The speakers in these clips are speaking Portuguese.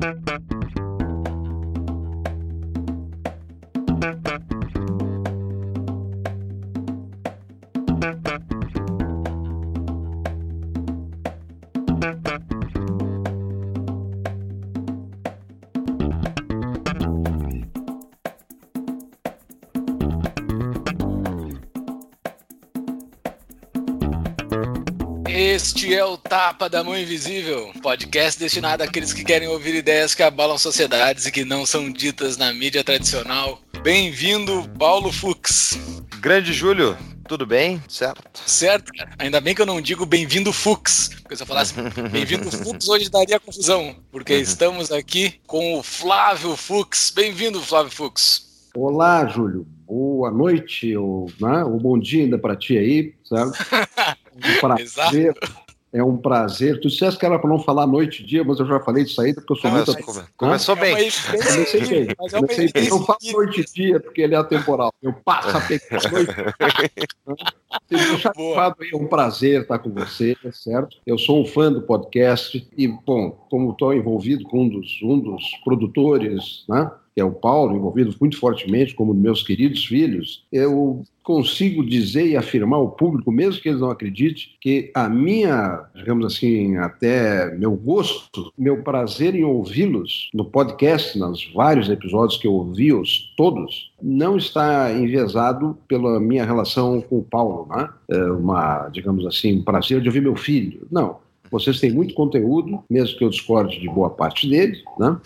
Este é o Tapa da Mão Invisível, podcast destinado àqueles que querem ouvir ideias que abalam sociedades e que não são ditas na mídia tradicional. Bem-vindo, Paulo Fux. Grande Júlio, tudo bem? Certo? Certo, cara. Ainda bem que eu não digo bem-vindo Fux, porque se eu falasse bem-vindo Fux, hoje daria confusão, porque estamos aqui com o Flávio Fux. Bem-vindo, Flávio Fux. Olá, Júlio. Boa noite, ou bom dia ainda para ti aí, certo? É um prazer. Tu disseste que era para não falar noite e dia, mas eu já falei disso aí, porque eu sou muito... Começou bem. Comecei bem. Eu não falo noite e dia, porque ele é atemporal. Eu passo a pegar noite e é um prazer estar com você, certo? Eu sou um fã do podcast e, bom, como estou envolvido com um dos produtores, né? Que é o Paulo, envolvido muito fortemente, como meus queridos filhos, eu consigo dizer e afirmar ao público, mesmo que eles não acreditem, que a minha, digamos assim, até meu gosto, meu prazer em ouvi-los no podcast, nos vários episódios que eu ouvi-os todos, não está enviesado pela minha relação com o Paulo, né? Digamos assim, um prazer de ouvir meu filho. Não. Vocês têm muito conteúdo, mesmo que eu discorde de boa parte dele, né?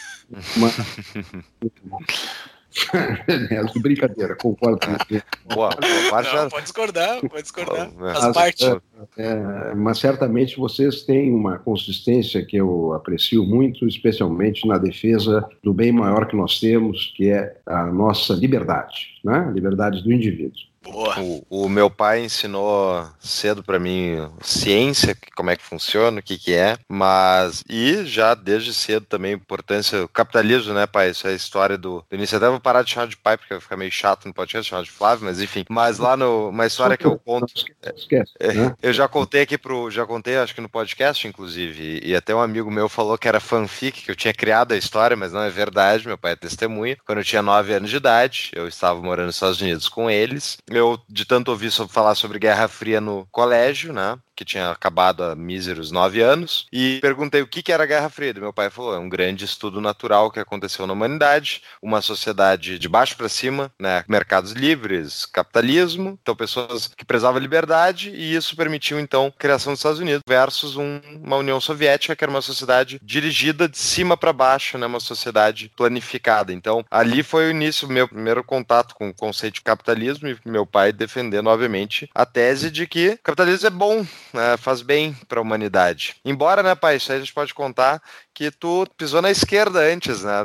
Brincadeira, concordo com você. Pode discordar. Faz parte. Mas certamente vocês têm uma consistência que eu aprecio muito, especialmente na defesa do bem maior que nós temos, que é a nossa liberdade, né? A liberdade do indivíduo. O meu pai ensinou cedo para mim ciência, como é que funciona, o que é, e já desde cedo também a importância do capitalismo, né, pai? Isso é a história do início. Até vou parar de chamar de pai, porque vai ficar meio chato no podcast, chamar de Flávio, mas enfim. Mas lá uma história que eu conto... Esquece, né? Eu já contei acho que no podcast, inclusive, e até um amigo meu falou que era fanfic, que eu tinha criado a história, mas não é verdade, meu pai é testemunha. Quando eu tinha 9 anos de idade, eu estava morando nos Estados Unidos com eles. Eu, de tanto ouvir falar sobre Guerra Fria no colégio, né, que tinha acabado há míseros 9 anos, e perguntei o que era a Guerra Fria. E meu pai falou, é um grande estudo natural que aconteceu na humanidade, uma sociedade de baixo para cima, né, mercados livres, capitalismo, então pessoas que prezavam a liberdade, e isso permitiu, então, a criação dos Estados Unidos versus uma União Soviética, que era uma sociedade dirigida de cima para baixo, né, uma sociedade planificada. Então, ali foi o início, meu primeiro contato com o conceito de capitalismo, e meu pai defendendo, obviamente, a tese de que o capitalismo é bom, né, faz bem para a humanidade. Embora, né, pai, isso aí a gente pode contar que tu pisou na esquerda antes, né?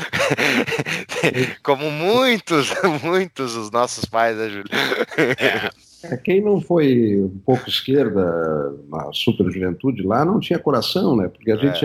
Como muitos dos nossos pais, né, Júlio? Quem não foi um pouco esquerda na super juventude lá não tinha coração, né? Porque a gente...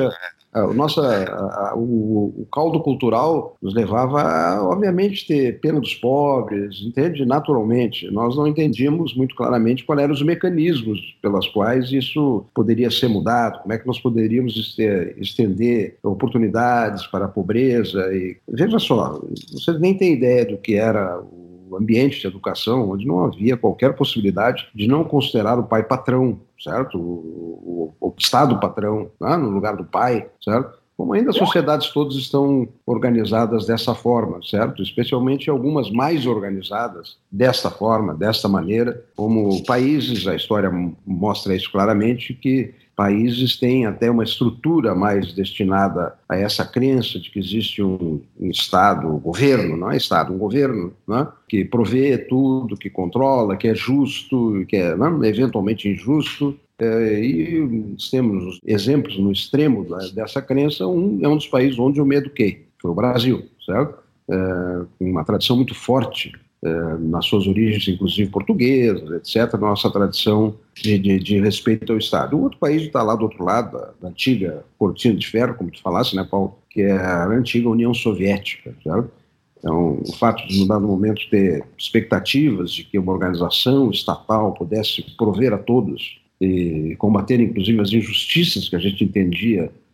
O caldo cultural nos levava a, obviamente, ter pena dos pobres, entende? Naturalmente. Nós não entendíamos muito claramente quais eram os mecanismos pelos quais isso poderia ser mudado, como é que nós poderíamos estender oportunidades para a pobreza. E, veja só, vocês nem têm ideia do que era o ambiente de educação, onde não havia qualquer possibilidade de não considerar o pai patrão, certo? O Estado patrão, né? No lugar do pai, certo? Como ainda as sociedades todas estão organizadas dessa forma, certo? Especialmente algumas mais organizadas desta forma, desta maneira, como países, a história mostra isso claramente, que países têm até uma estrutura mais destinada a essa crença de que existe um Estado, um governo, não é Estado, um governo, né, que provê tudo, que controla, que é justo, que é, não, eventualmente injusto. E temos exemplos no extremo dessa crença. É um dos países onde eu me eduquei, foi o Brasil, certo? Com uma tradição muito forte, nas suas origens, inclusive portuguesas, etc., nossa tradição de respeito ao Estado. O outro país está lá do outro lado, da antiga cortina de ferro, como tu falasse, né, Paulo, que é a antiga União Soviética, certo? Então, o fato de, no dado momento, ter expectativas de que uma organização estatal pudesse prover a todos e combater, inclusive, as injustiças que a gente entendia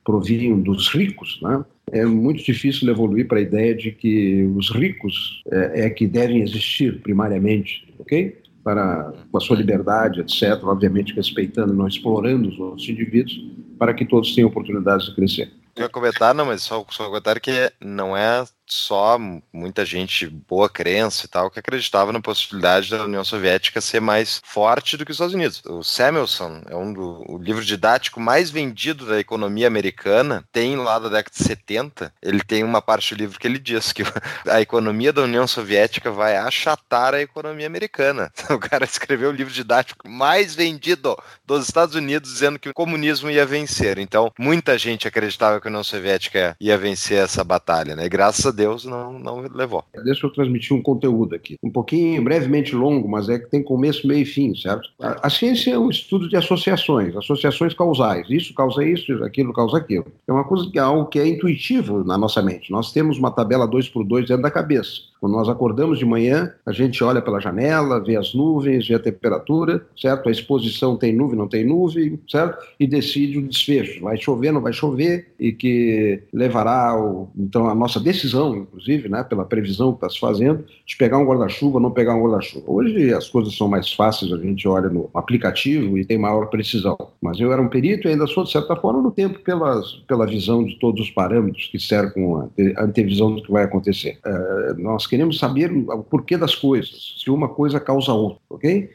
provinham dos ricos, né? É muito difícil evoluir para a ideia de que os ricos é que devem existir primariamente, ok? Para a sua liberdade, etc., obviamente respeitando, não explorando os outros indivíduos, para que todos tenham oportunidades de crescer. Eu ia comentar, não, mas só um comentário que não é só muita gente boa crença e tal que acreditava na possibilidade da União Soviética ser mais forte do que os Estados Unidos. O Samuelson é o livro didático mais vendido da economia americana, tem lá da década de 70, ele tem uma parte do livro que ele diz que a economia da União Soviética vai achatar a economia americana. O cara escreveu o livro didático mais vendido dos Estados Unidos dizendo que o comunismo ia vencer. Então, muita gente acreditava que a União Soviética ia vencer essa batalha, né? E graças a Deus não levou. Deixa eu transmitir um conteúdo aqui, um pouquinho, brevemente longo, mas é que tem começo, meio e fim, certo? A ciência é um estudo de associações causais. Isso causa isso, aquilo causa aquilo. É uma coisa que é algo que é intuitivo na nossa mente. Nós temos uma tabela 2x2 dentro da cabeça. Quando nós acordamos de manhã, a gente olha pela janela, vê as nuvens, vê a temperatura, certo? A exposição tem nuvem, não tem nuvem, certo? E decide o desfecho. Vai chover, não vai chover, e que levará, então, a nossa decisão, inclusive, né, pela previsão que está se fazendo, de pegar um guarda-chuva ou não pegar um guarda-chuva. Hoje as coisas são mais fáceis, a gente olha no aplicativo e tem maior precisão. Mas eu era um perito e ainda sou, de certa forma, no tempo pela visão de todos os parâmetros que cercam a antevisão do que vai acontecer. Nós queremos saber o porquê das coisas, se uma coisa causa outra, ok?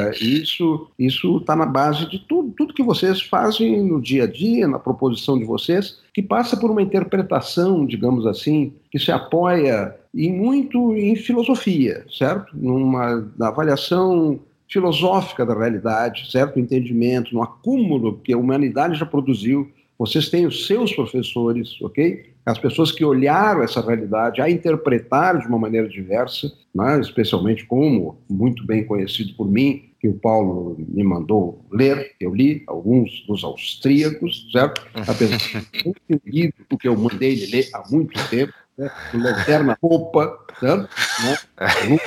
Isso está na base de tudo que vocês fazem no dia a dia, na proposição de vocês, que passa por uma interpretação, digamos assim, que se apoia muito em filosofia, certo? Na avaliação filosófica da realidade, certo? Entendimento, no acúmulo que a humanidade já produziu. Vocês têm os seus professores, ok? As pessoas que olharam essa realidade, a interpretaram de uma maneira diversa, né? Especialmente como, muito bem conhecido por mim, que o Paulo me mandou ler, eu li alguns dos austríacos, certo? Apesar de não ter lido o que eu mandei ele ler há muito tempo, né? Uma eterna roupa, certo? Né?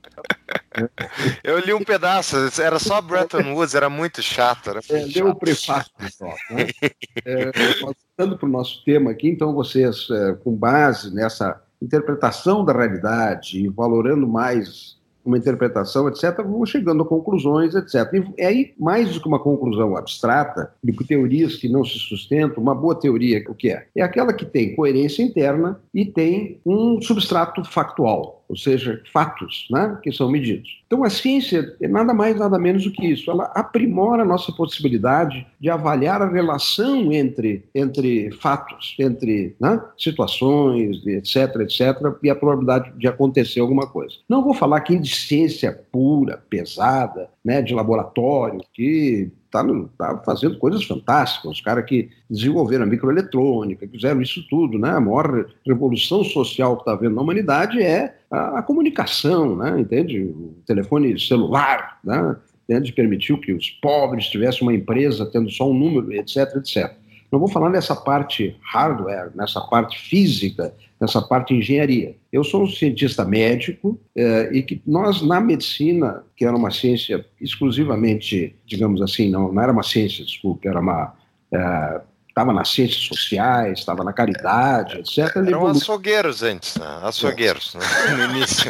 Eu li um pedaço, era só Bretton Woods, era muito chato. Deu o prefácio só, né? Voltando para o nosso tema aqui, então vocês, com base nessa interpretação da realidade e valorando mais uma interpretação, etc., vão chegando a conclusões, etc. E aí, mais do que uma conclusão abstrata, de teorias que não se sustentam, uma boa teoria, o que é? É aquela que tem coerência interna e tem um substrato factual, ou seja, fatos, né, que são medidos. Então, a ciência é nada mais, nada menos do que isso. Ela aprimora a nossa possibilidade de avaliar a relação entre fatos, entre, né, situações, etc., e a probabilidade de acontecer alguma coisa. Não vou falar aqui de ciência pura, pesada, né, de laboratório, que está fazendo coisas fantásticas. Os caras que desenvolveram a microeletrônica, fizeram isso tudo, né? A maior revolução social que está havendo na humanidade é a comunicação, né? Entende? O telefone celular, né? Entende? Permitiu que os pobres tivessem uma empresa tendo só um número, etc., etc. Não vou falar nessa parte hardware, nessa parte física, nessa parte engenharia. Eu sou um cientista médico e que nós, na medicina, que era uma ciência exclusivamente, digamos assim, não era uma ciência, desculpe, era uma... Estava nas ciências sociais, estava na caridade, etc. Eram açougueiros antes, né? Açougueiros, né? No início.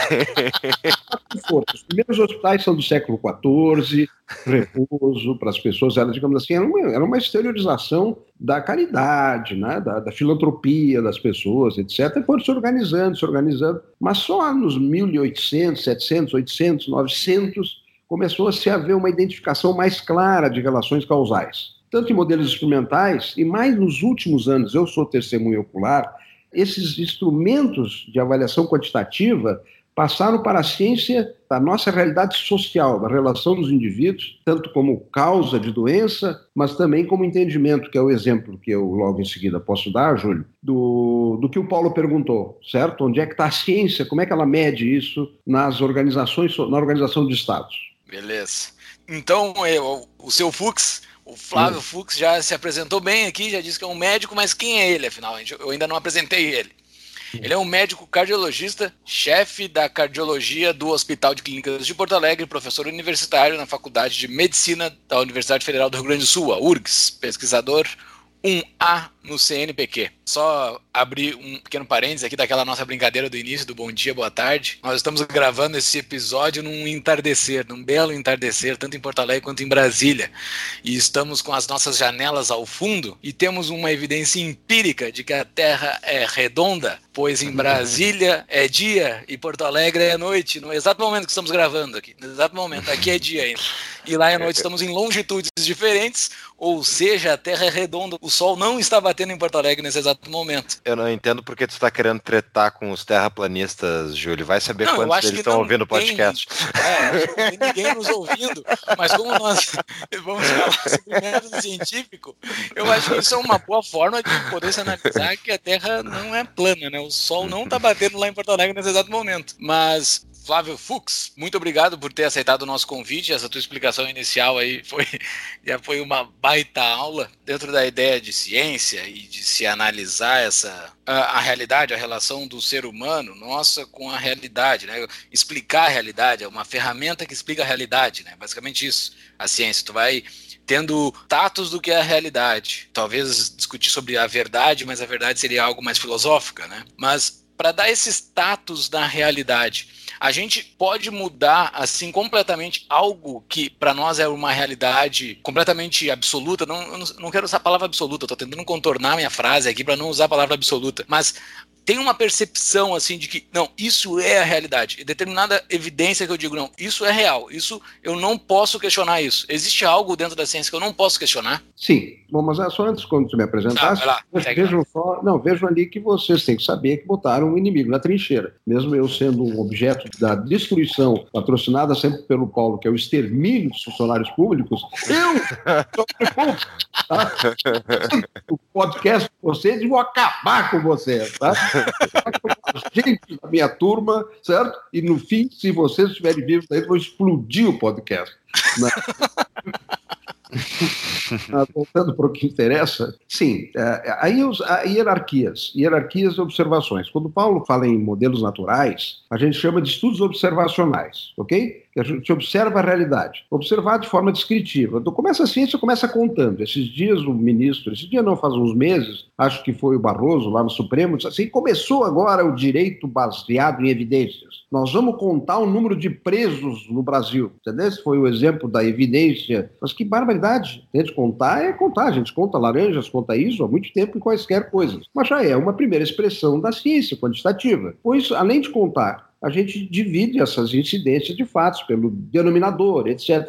Os primeiros hospitais são do século XIV, repouso para as pessoas, digamos assim, era uma exteriorização da caridade, né? da filantropia das pessoas, etc. E foram se organizando, mas só nos 1800, 700, 800, 900 começou-se a haver uma identificação mais clara de relações causais. Tanto em modelos experimentais, e mais nos últimos anos, eu sou testemunha ocular, esses instrumentos de avaliação quantitativa passaram para a ciência da nossa realidade social, da relação dos indivíduos, tanto como causa de doença, mas também como entendimento, que é o exemplo que eu logo em seguida posso dar, Júlio, do que o Paulo perguntou, certo? Onde é que está a ciência, como é que ela mede isso nas organizações, na organização de estados? Beleza. Então, o seu Fux... O Flávio Fux já se apresentou bem aqui, já disse que é um médico, mas quem é ele, afinal? Eu ainda não apresentei ele. Ele é um médico cardiologista, chefe da cardiologia do Hospital de Clínicas de Porto Alegre, professor universitário na Faculdade de Medicina da Universidade Federal do Rio Grande do Sul, a URGS, pesquisador um A no CNPq. Só abrir um pequeno parênteses aqui daquela nossa brincadeira do início, do bom dia, boa tarde. Nós estamos gravando esse episódio num entardecer, num belo entardecer, tanto em Porto Alegre quanto em Brasília. E estamos com as nossas janelas ao fundo e temos uma evidência empírica de que a Terra é redonda, pois em Brasília é dia e Porto Alegre é noite, no exato momento que estamos gravando aqui. No exato momento, aqui é dia ainda. E lá é noite, estamos em longitudes diferentes, ou seja, a Terra é redonda. O Sol não está batendo em Porto Alegre nesse exato momento. Eu não entendo porque tu está querendo tretar com os terraplanistas, Júlio. Vai saber quantos deles estão ouvindo o podcast. Acho que não tem ninguém nos ouvindo, mas como nós vamos falar sobre método científico, eu acho que isso é uma boa forma de poder se analisar que a Terra não é plana, né? O Sol não está batendo lá em Porto Alegre nesse exato momento. Mas, Flávio Fux, muito obrigado por ter aceitado o nosso convite. Essa tua explicação inicial aí já foi uma baita aula dentro da ideia de ciência e de se analisar a realidade, a relação do ser humano, nossa, com a realidade, né? Explicar a realidade, é uma ferramenta que explica a realidade, né? Basicamente isso, a ciência. Tu vai tendo tatos do que é a realidade. Talvez discutir sobre a verdade, mas a verdade seria algo mais filosófica, né? Mas para dar esses tatos da realidade, a gente pode mudar assim completamente algo que para nós é uma realidade completamente absoluta. Não quero usar a palavra absoluta, estou tentando contornar minha frase aqui para não usar a palavra absoluta, mas tem uma percepção assim de que, não, isso é a realidade. E determinada evidência que eu digo, não, isso é real. Isso, eu não posso questionar isso. Existe algo dentro da ciência que eu não posso questionar? Sim. Bom, mas só antes, quando você me apresentasse, vejam ali que vocês têm que saber que botaram um inimigo na trincheira. Mesmo eu sendo um objeto da destruição, patrocinada sempre pelo Paulo, que é o extermínio dos funcionários públicos, o podcast de vocês, e vou acabar com vocês, tá? Gente da minha turma, certo? E no fim, se vocês estiverem vivos, aí vou explodir o podcast. Né? Voltando para o que interessa, sim, hierarquias e observações. Quando Paulo fala em modelos naturais, a gente chama de estudos observacionais, ok? Que a gente observa a realidade, observar de forma descritiva. Então, começa a ciência, começa contando. Esses dias o ministro, faz uns meses, acho que foi o Barroso lá no Supremo, disse assim, começou agora o direito baseado em evidências. Nós vamos contar o número de presos no Brasil. Entendeu? Esse foi o exemplo da evidência. Mas que barbaridade. A gente contar é contar. A gente conta laranjas, conta isso há muito tempo em quaisquer coisas. Mas já é uma primeira expressão da ciência quantitativa. Pois, além de contar, a gente divide essas incidências de fatos pelo denominador, etc,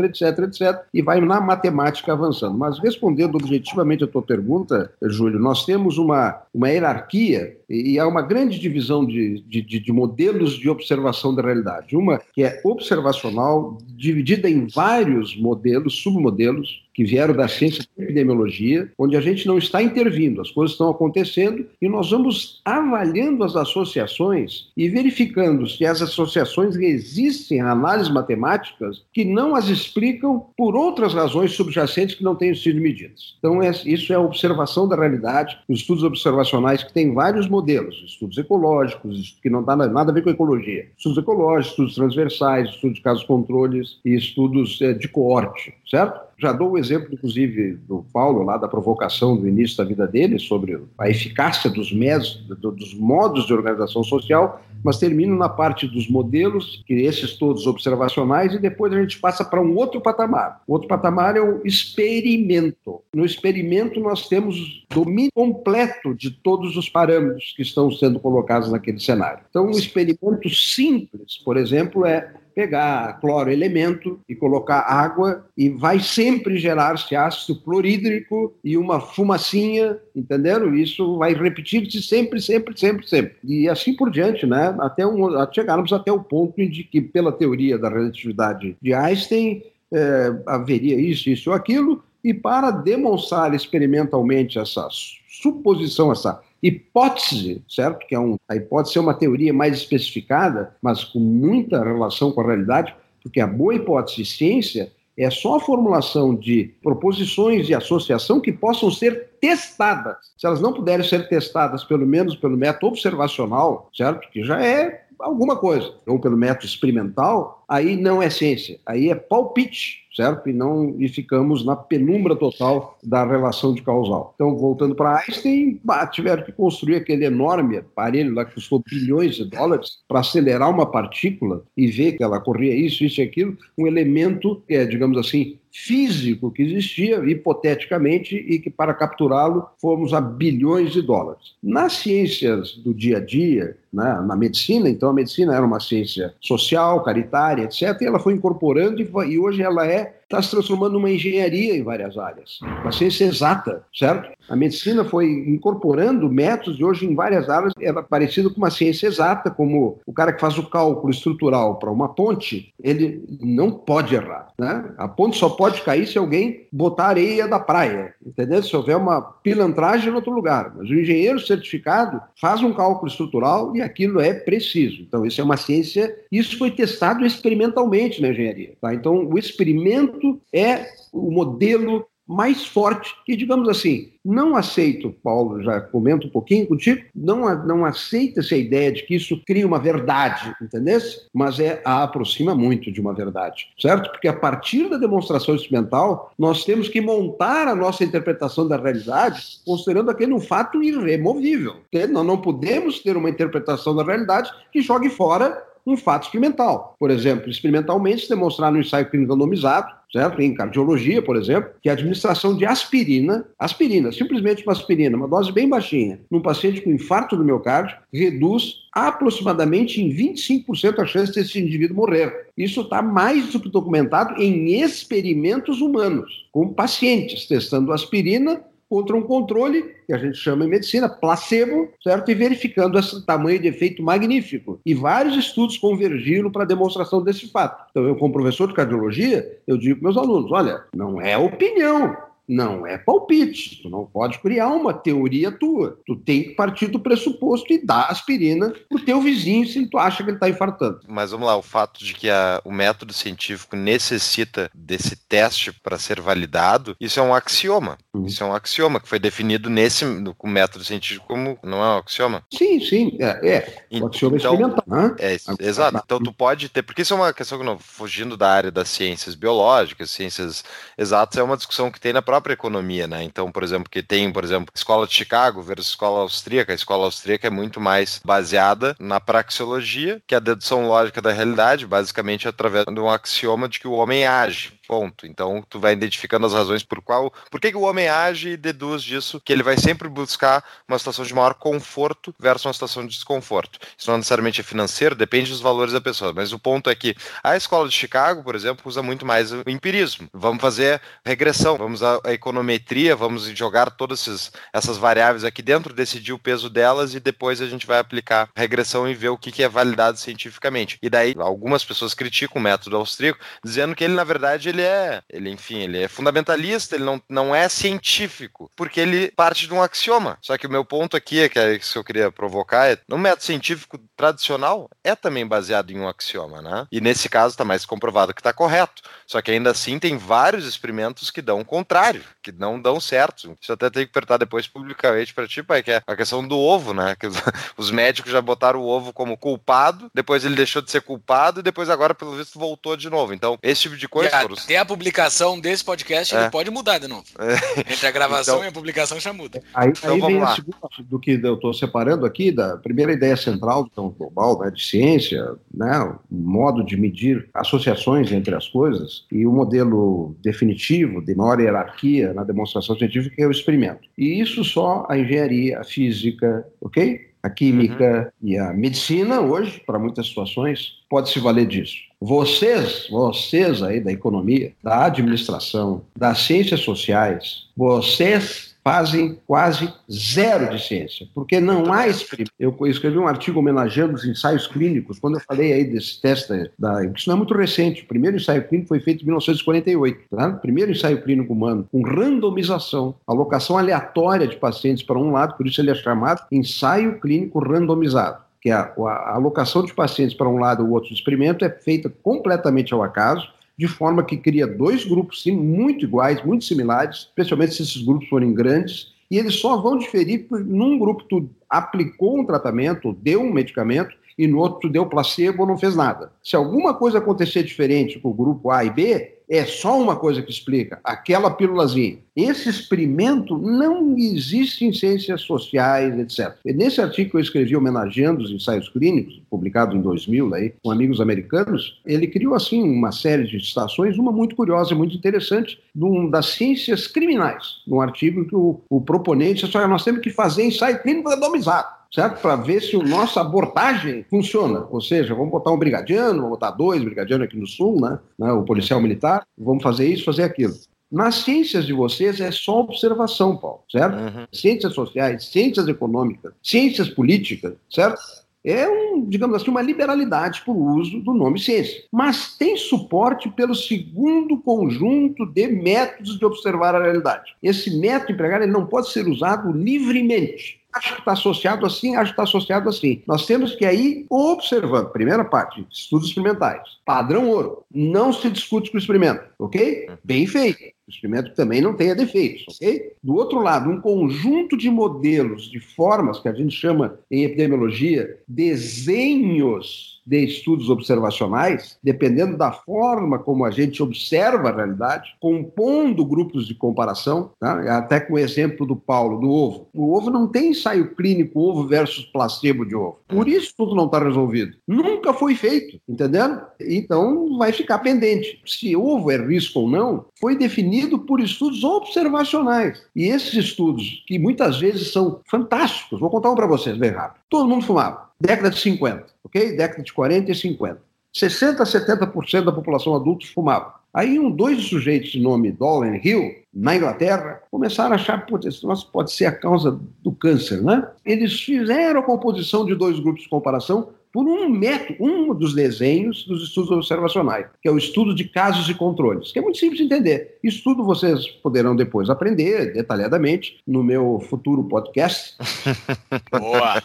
e vai na matemática avançando. Mas respondendo objetivamente a tua pergunta, Júlio, nós temos uma hierarquia e há uma grande divisão de modelos de observação da realidade. Uma que é observacional, dividida em vários modelos, submodelos, que vieram da ciência da epidemiologia, onde a gente não está intervindo, as coisas estão acontecendo e nós vamos avaliando as associações e verificando se as associações existem em análises matemáticas que não as explicam por outras razões subjacentes que não tenham sido medidas. Então, isso é a observação da realidade, os estudos observacionais que têm vários modelos, estudos ecológicos, que não tem nada a ver com ecologia, estudos ecológicos, estudos transversais, estudos de casos controles e estudos de coorte, certo? Já dou o exemplo, inclusive, do Paulo, lá da provocação do início da vida dele, sobre a eficácia dos modos de organização social, mas termino na parte dos modelos, que esses todos observacionais, e depois a gente passa para um outro patamar. O outro patamar é o experimento. No experimento nós temos domínio completo de todos os parâmetros que estão sendo colocados naquele cenário. Então, um experimento simples, por exemplo, é pegar cloroelemento e colocar água e vai sempre gerar-se ácido clorídrico e uma fumacinha, entenderam? Isso vai repetir-se sempre. E assim por diante, né? Até chegarmos até o ponto em que, pela teoria da relatividade de Einstein, haveria isso ou aquilo, e para demonstrar experimentalmente essa suposição, essa hipótese, certo? Que a hipótese é uma teoria mais especificada, mas com muita relação com a realidade, porque a boa hipótese de ciência é só a formulação de proposições de associação que possam ser testadas. Se elas não puderem ser testadas, pelo menos pelo método observacional, certo? Que já é alguma coisa, ou pelo método experimental, aí não é ciência, aí é palpite, certo? E ficamos na penumbra total da relação de causal. Então, voltando para Einstein, tiveram que construir aquele enorme aparelho lá que custou bilhões de dólares para acelerar uma partícula e ver que ela corria isso e aquilo, um elemento, digamos assim, físico que existia, hipoteticamente, e que para capturá-lo fomos a bilhões de dólares. Nas ciências do dia a dia, né, na medicina, então a medicina era uma ciência social, caritária, etc., e ela foi incorporando e hoje ela está se transformando numa engenharia em várias áreas, uma ciência exata, certo? A medicina foi incorporando métodos e hoje em várias áreas é parecido com uma ciência exata, como o cara que faz o cálculo estrutural para uma ponte, ele não pode errar, né? A ponte só pode cair se alguém botar areia da praia, entendeu? Se houver uma pilantragem em outro lugar. Mas o engenheiro certificado faz um cálculo estrutural e aquilo é preciso. Então, isso é uma ciência, isso foi testado experimentalmente na engenharia, tá? Então, o experimento é o modelo mais forte e, digamos assim, não aceito, Paulo, já comento um pouquinho contigo, não aceita essa ideia de que isso cria uma verdade, entendeu? Mas aproxima muito de uma verdade, certo? Porque a partir da demonstração experimental, nós temos que montar a nossa interpretação da realidade considerando aquele um fato irremovível. Nós não podemos ter uma interpretação da realidade que jogue fora um fato experimental. Por exemplo, experimentalmente se demonstrar no ensaio clínico randomizado, certo? Em cardiologia, por exemplo, que a administração de aspirina, simplesmente uma aspirina, uma dose bem baixinha, num paciente com infarto do miocárdio, reduz aproximadamente em 25% a chance desse indivíduo morrer. Isso está mais do que documentado em experimentos humanos, com pacientes testando aspirina contra um controle, que a gente chama em medicina, placebo, certo? E verificando esse tamanho de efeito magnífico. E vários estudos convergiram para a demonstração desse fato. Então, eu, como professor de cardiologia, eu digo para meus alunos, olha, não é opinião, não é palpite, tu não pode criar uma teoria tua, tu tem que partir do pressuposto e dar aspirina pro teu vizinho se tu acha que ele está infartando. Mas vamos lá, o fato de que o método científico necessita desse teste para ser validado, isso é um axioma. Isso é um axioma que foi definido com o método científico como não é um axioma. Sim, o axioma experimental. Exato, então tu pode ter, porque isso é uma questão que, fugindo da área das ciências biológicas, ciências exatas, é uma discussão que tem na própria economia, né? Então, por exemplo, escola de Chicago versus escola austríaca. A escola austríaca é muito mais baseada na praxeologia, que é a dedução lógica da realidade, basicamente através de um axioma de que o homem age. Ponto. Então, tu vai identificando as razões por que o homem age e deduz disso que ele vai sempre buscar uma situação de maior conforto versus uma situação de desconforto. Isso não necessariamente é financeiro, depende dos valores da pessoa. Mas o ponto é que a escola de Chicago, por exemplo, usa muito mais o empirismo. Vamos fazer regressão, vamos usar a econometria, vamos jogar todas essas variáveis aqui dentro, decidir o peso delas e depois a gente vai aplicar regressão e ver o que é validado cientificamente. E daí, algumas pessoas criticam o método austríaco, dizendo que ele, na verdade, ele é fundamentalista, ele não é científico, porque ele parte de um axioma. Só que o meu ponto aqui, que é isso que eu queria provocar, no método científico tradicional, é também baseado em um axioma, né? E nesse caso está mais comprovado que está correto. Só que ainda assim tem vários experimentos que dão o contrário, que não dão certo. Isso até tem que apertar depois publicamente para ti, pai, que é a questão do ovo, né? Que os médicos já botaram o ovo como culpado, depois ele deixou de ser culpado e depois agora, pelo visto, voltou de novo. Então, esse tipo de coisa... Até a publicação desse podcast ele pode mudar de novo. Entre a gravação e a publicação já muda. Aí vem a segunda do que eu estou separando aqui, da primeira ideia central do campo global, né, de ciência, né, o modo de medir associações entre as coisas, e o modelo definitivo de maior hierarquia na demonstração científica é o experimento. E isso só a engenharia, a física, ok? A química e a medicina, hoje, para muitas situações, pode se valer disso. Vocês aí da economia, da administração, das ciências sociais, vocês fazem quase zero de ciência, porque não há experimento. Eu escrevi um artigo homenageando os ensaios clínicos, quando eu falei aí desse teste, isso não é muito recente, o primeiro ensaio clínico foi feito em 1948, tá? O primeiro ensaio clínico humano, com randomização, alocação aleatória de pacientes para um lado, por isso ele é chamado ensaio clínico randomizado, que a alocação de pacientes para um lado ou outro experimento é feita completamente ao acaso, de forma que cria dois grupos sim, muito iguais, muito similares, especialmente se esses grupos forem grandes, E eles só vão diferir porque num grupo tu aplicou um tratamento, deu um medicamento, e no outro tu deu placebo ou não fez nada. Se alguma coisa acontecer diferente com o grupo A e B, é só uma coisa que explica, aquela pílulazinha. Esse experimento não existe em ciências sociais, etc. Nesse artigo que eu escrevi homenageando os ensaios clínicos, publicado em 2000, aí, com amigos americanos, ele criou assim uma série de citações, uma muito curiosa e muito interessante, das ciências criminais, num artigo que o proponente disse: nós temos que fazer ensaio clínico randomizado, certo? Para ver se a nossa abordagem funciona. Ou seja, vamos botar um brigadiano, vamos botar 2 brigadianos aqui no Sul, né? O policial militar, vamos fazer isso, fazer aquilo. Nas ciências de vocês é só observação, Paulo, certo? Ciências sociais, ciências econômicas, ciências políticas, certo? É, digamos assim, uma liberalidade para o uso do nome ciência. Mas tem suporte pelo segundo conjunto de métodos de observar a realidade. Esse método empregado ele não pode ser usado livremente. Acho que está associado assim, acho que está associado assim. Nós temos que ir observando. Primeira parte, estudos experimentais. Padrão ouro. Não se discute com o experimento, ok? Bem feito. O experimento também não tenha defeitos, ok? Do outro lado, um conjunto de modelos, de formas, que a gente chama em epidemiologia, desenhos de estudos observacionais, dependendo da forma como a gente observa a realidade, compondo grupos de comparação, tá? Até com o exemplo do Paulo, do ovo. O ovo não tem ensaio clínico ovo versus placebo de ovo. Por isso tudo não está resolvido. Nunca foi feito, entendendo? Então vai ficar pendente. Se ovo é risco ou não, foi definido por estudos observacionais. E esses estudos, que muitas vezes são fantásticos, vou contar um para vocês bem rápido. Todo mundo fumava. Década de 50, ok? Década de 40 e 50. 60% a 70% da população adulta fumava. Aí 2 sujeitos de nome Dolan e Hill, na Inglaterra, começaram a achar que isso pode ser a causa do câncer, né? Eles fizeram a composição de 2 grupos de comparação por um método, um dos desenhos dos estudos observacionais, que é o estudo de casos e controles, que é muito simples de entender. Isso tudo vocês poderão depois aprender detalhadamente no meu futuro podcast. Boa!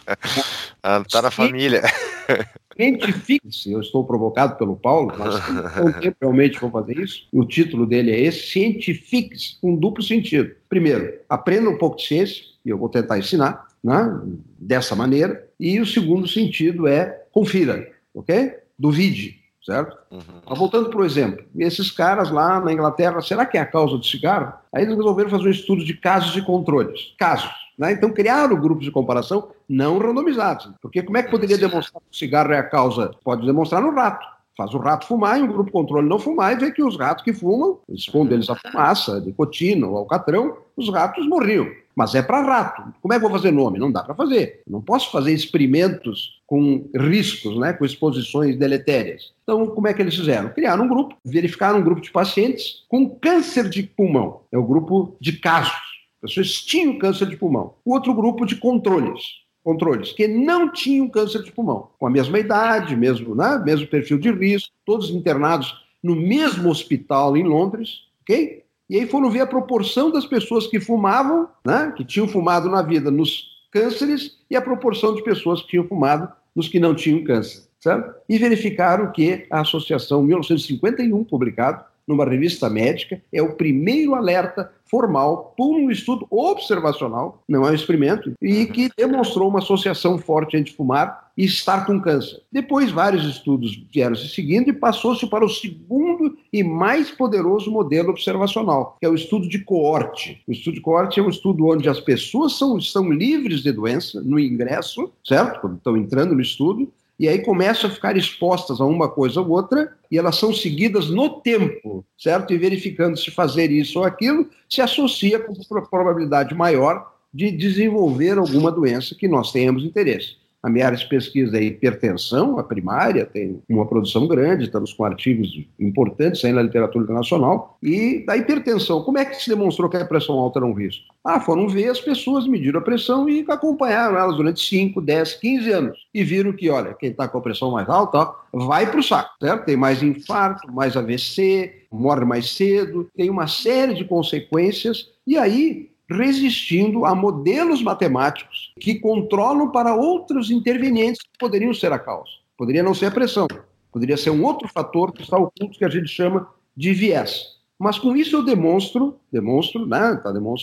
Tá na família. Cientifique-se, eu estou provocado pelo Paulo, mas eu realmente vou fazer isso. O título dele é esse: Cientifique-se, com duplo sentido. Primeiro, aprenda um pouco de ciência, e eu vou tentar ensinar, né, dessa maneira. E o segundo sentido é confira, ok? Duvide, certo? Mas voltando para o exemplo, esses caras lá na Inglaterra, será que é a causa do cigarro? Aí eles resolveram fazer um estudo de casos e controles. Casos. Né? Então criaram grupos de comparação não randomizados. Porque como é que poderia demonstrar que o cigarro é a causa? Pode demonstrar no rato. Faz o rato fumar e um grupo de controle não fumar e vê que os ratos que fumam, expondo eles a fumaça, a nicotina ou alcatrão, os ratos morriam. Mas é para rato. Como é que eu vou fazer nome? Não dá para fazer. Não posso fazer experimentos com riscos, né, com exposições deletérias. Então, como é que eles fizeram? Criaram um grupo, verificaram um grupo de pacientes com câncer de pulmão. É o grupo de casos. As pessoas tinham câncer de pulmão. O outro grupo de controles, que não tinham câncer de pulmão, com a mesma idade, mesmo perfil de risco, todos internados no mesmo hospital em Londres, ok? E aí foram ver a proporção das pessoas que fumavam, né, que tinham fumado na vida nos cânceres, e a proporção de pessoas que tinham fumado nos que não tinham câncer, certo? E verificaram que a associação, em 1951, publicado numa revista médica, é o primeiro alerta formal por um estudo observacional, não é um experimento, e que demonstrou uma associação forte entre fumar e estar com câncer. Depois, vários estudos vieram se seguindo e passou-se para o segundo e mais poderoso modelo observacional, que é o estudo de coorte. O estudo de coorte é um estudo onde as pessoas estão livres de doença no ingresso, certo? Quando estão entrando no estudo, e aí começam a ficar expostas a uma coisa ou outra, e elas são seguidas no tempo, certo? E verificando se fazer isso ou aquilo, se associa com probabilidade maior de desenvolver alguma doença que nós tenhamos interesse. A minha área de pesquisa é hipertensão, a primária, tem uma produção grande, estamos com artigos importantes aí na literatura internacional. E da hipertensão, como é que se demonstrou que a pressão alta era um risco? Foram ver as pessoas, mediram a pressão e acompanharam elas durante 5, 10, 15 anos. E viram que, olha, quem está com a pressão mais alta, vai para o saco, certo? Tem mais infarto, mais AVC, morre mais cedo, tem uma série de consequências. E aí, resistindo a modelos matemáticos que controlam para outros intervenientes que poderiam ser a causa. Poderia não ser a pressão, poderia ser um outro fator que está oculto, que a gente chama de viés. Mas com isso eu demonstra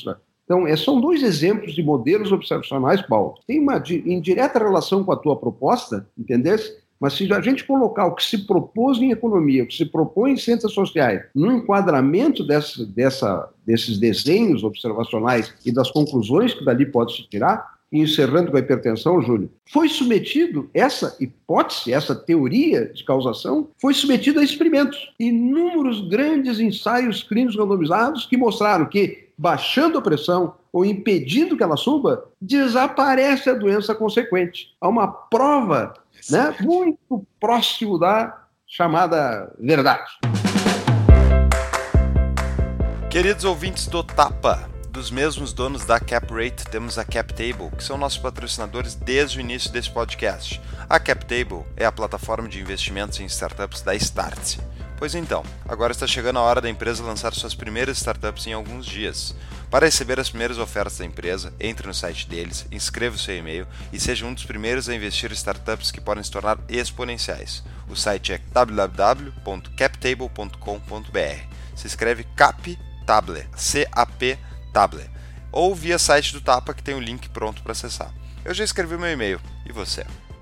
Então, são dois exemplos de modelos observacionais, Paulo. Tem uma indireta relação com a tua proposta, entendesse? Mas se a gente colocar o que se propôs em economia, o que se propõe em ciências sociais, no enquadramento desses desenhos observacionais e das conclusões que dali pode se tirar, e encerrando com a hipertensão, Júlio, foi submetido, essa hipótese, essa teoria de causação, foi submetida a experimentos. Inúmeros grandes ensaios clínicos randomizados que mostraram que, baixando a pressão ou impedindo que ela suba, desaparece a doença consequente. Há uma prova, né, muito próximo da chamada verdade. Queridos ouvintes do Tapa, dos mesmos donos da CapRate, temos a CapTable, que são nossos patrocinadores desde o início desse podcast. A CapTable é a plataforma de investimentos em startups da Startse. Pois então, agora está chegando a hora da empresa lançar suas primeiras startups em alguns dias. Para receber as primeiras ofertas da empresa, entre no site deles, inscreva o seu e-mail e seja um dos primeiros a investir em startups que podem se tornar exponenciais. O site é www.captable.com.br. Se escreve CapTable, C-A-P Table, ou via site do Tapa, que tem o link pronto para acessar. Eu já escrevi meu e-mail, e você?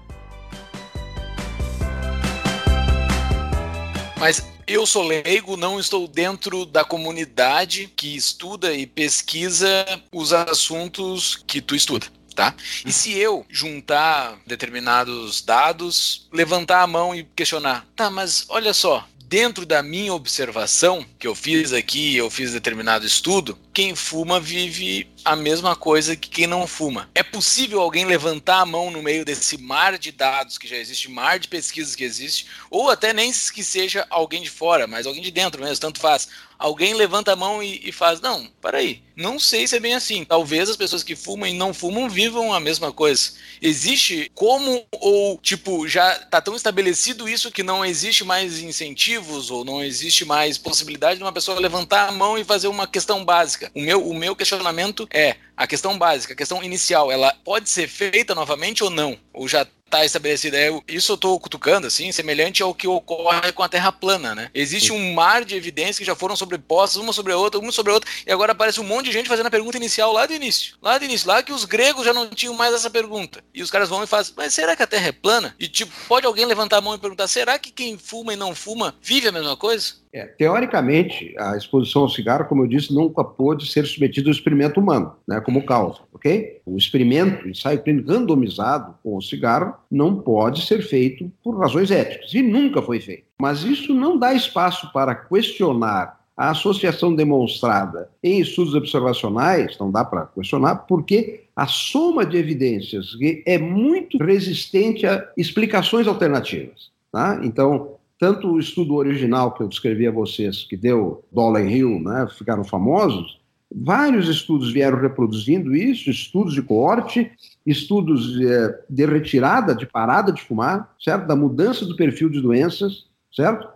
Mas eu sou leigo, não estou dentro da comunidade que estuda e pesquisa os assuntos que tu estuda, tá? E se eu juntar determinados dados, levantar a mão e questionar, tá, mas olha só, dentro da minha observação, que eu fiz aqui, eu fiz determinado estudo, quem fuma vive a mesma coisa que quem não fuma. É possível alguém levantar a mão no meio desse mar de dados que já existe, mar de pesquisas que existe, ou até nem que seja alguém de fora, mas alguém de dentro mesmo, tanto faz. Alguém levanta a mão e faz, não, peraí, não sei se é bem assim. Talvez as pessoas que fumam e não fumam vivam a mesma coisa. Existe como ou, tipo, já tá tão estabelecido isso que não existe mais incentivos ou não existe mais possibilidade de uma pessoa levantar a mão e fazer uma questão básica. O meu questionamento é a questão básica, a questão inicial, ela pode ser feita novamente ou não? Ou já está estabelecida? Isso eu estou cutucando, assim, semelhante ao que ocorre com a Terra plana, né? Existe um mar de evidências que já foram sobrepostas, uma sobre a outra, e agora aparece um monte de gente fazendo a pergunta inicial lá do início, lá que os gregos já não tinham mais essa pergunta. E os caras vão e fazem, mas será que a Terra é plana? E tipo, pode alguém levantar a mão e perguntar, será que quem fuma e não fuma vive a mesma coisa? Teoricamente, a exposição ao cigarro, como eu disse, nunca pôde ser submetida ao experimento humano, né, como causa, ok? O experimento, o ensaio clínico randomizado com o cigarro, não pode ser feito por razões éticas, e nunca foi feito. Mas isso não dá espaço para questionar a associação demonstrada em estudos observacionais, não dá para questionar, porque a soma de evidências é muito resistente a explicações alternativas, tá? Então, tanto o estudo original que eu descrevi a vocês, que deu Dolan Hill, né, ficaram famosos, vários estudos vieram reproduzindo isso, estudos de coorte, estudos de retirada, de parada de fumar, certo? Da mudança do perfil de doenças, certo?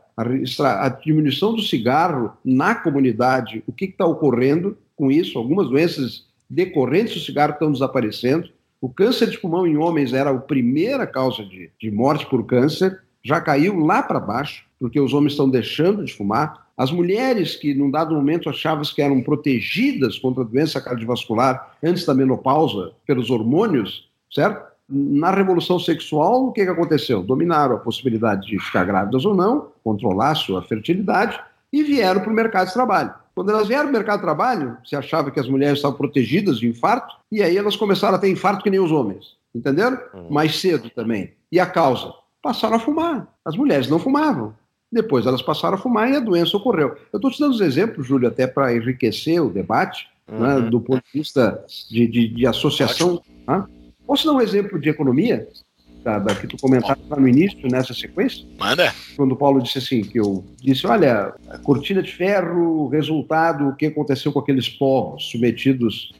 A diminuição do cigarro na comunidade, o que está ocorrendo com isso? Algumas doenças decorrentes do cigarro estão desaparecendo. O câncer de pulmão em homens era a primeira causa de morte por câncer, já caiu lá para baixo, porque os homens estão deixando de fumar. As mulheres que, num dado momento, achavam que eram protegidas contra a doença cardiovascular antes da menopausa pelos hormônios, certo? Na revolução sexual, o que aconteceu? Dominaram a possibilidade de ficar grávidas ou não, controlar a sua fertilidade e vieram para o mercado de trabalho. Quando elas vieram para o mercado de trabalho, se achava que as mulheres estavam protegidas de infarto, e aí elas começaram a ter infarto que nem os homens, entenderam? Mais cedo também. E a causa? Passaram a fumar. As mulheres não fumavam. Depois elas passaram a fumar e a doença ocorreu. Eu estou te dando os exemplos, Júlio, até para enriquecer o debate, né, do ponto de vista de associação. Né? Posso dar um exemplo de economia, da que tu comentaste lá no início, nessa sequência? Manda. Quando o Paulo disse assim, que eu disse, olha, a cortina de ferro, resultado, o que aconteceu com aqueles povos submetidos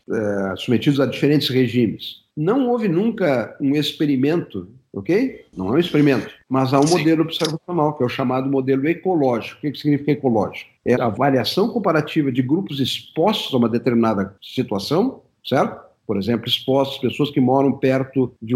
a diferentes regimes. Não houve nunca um experimento, ok? Não é um experimento, mas há um modelo observacional, que é o chamado modelo ecológico. O que significa ecológico? É a avaliação comparativa de grupos expostos a uma determinada situação, certo? Por exemplo, expostos, pessoas que moram perto de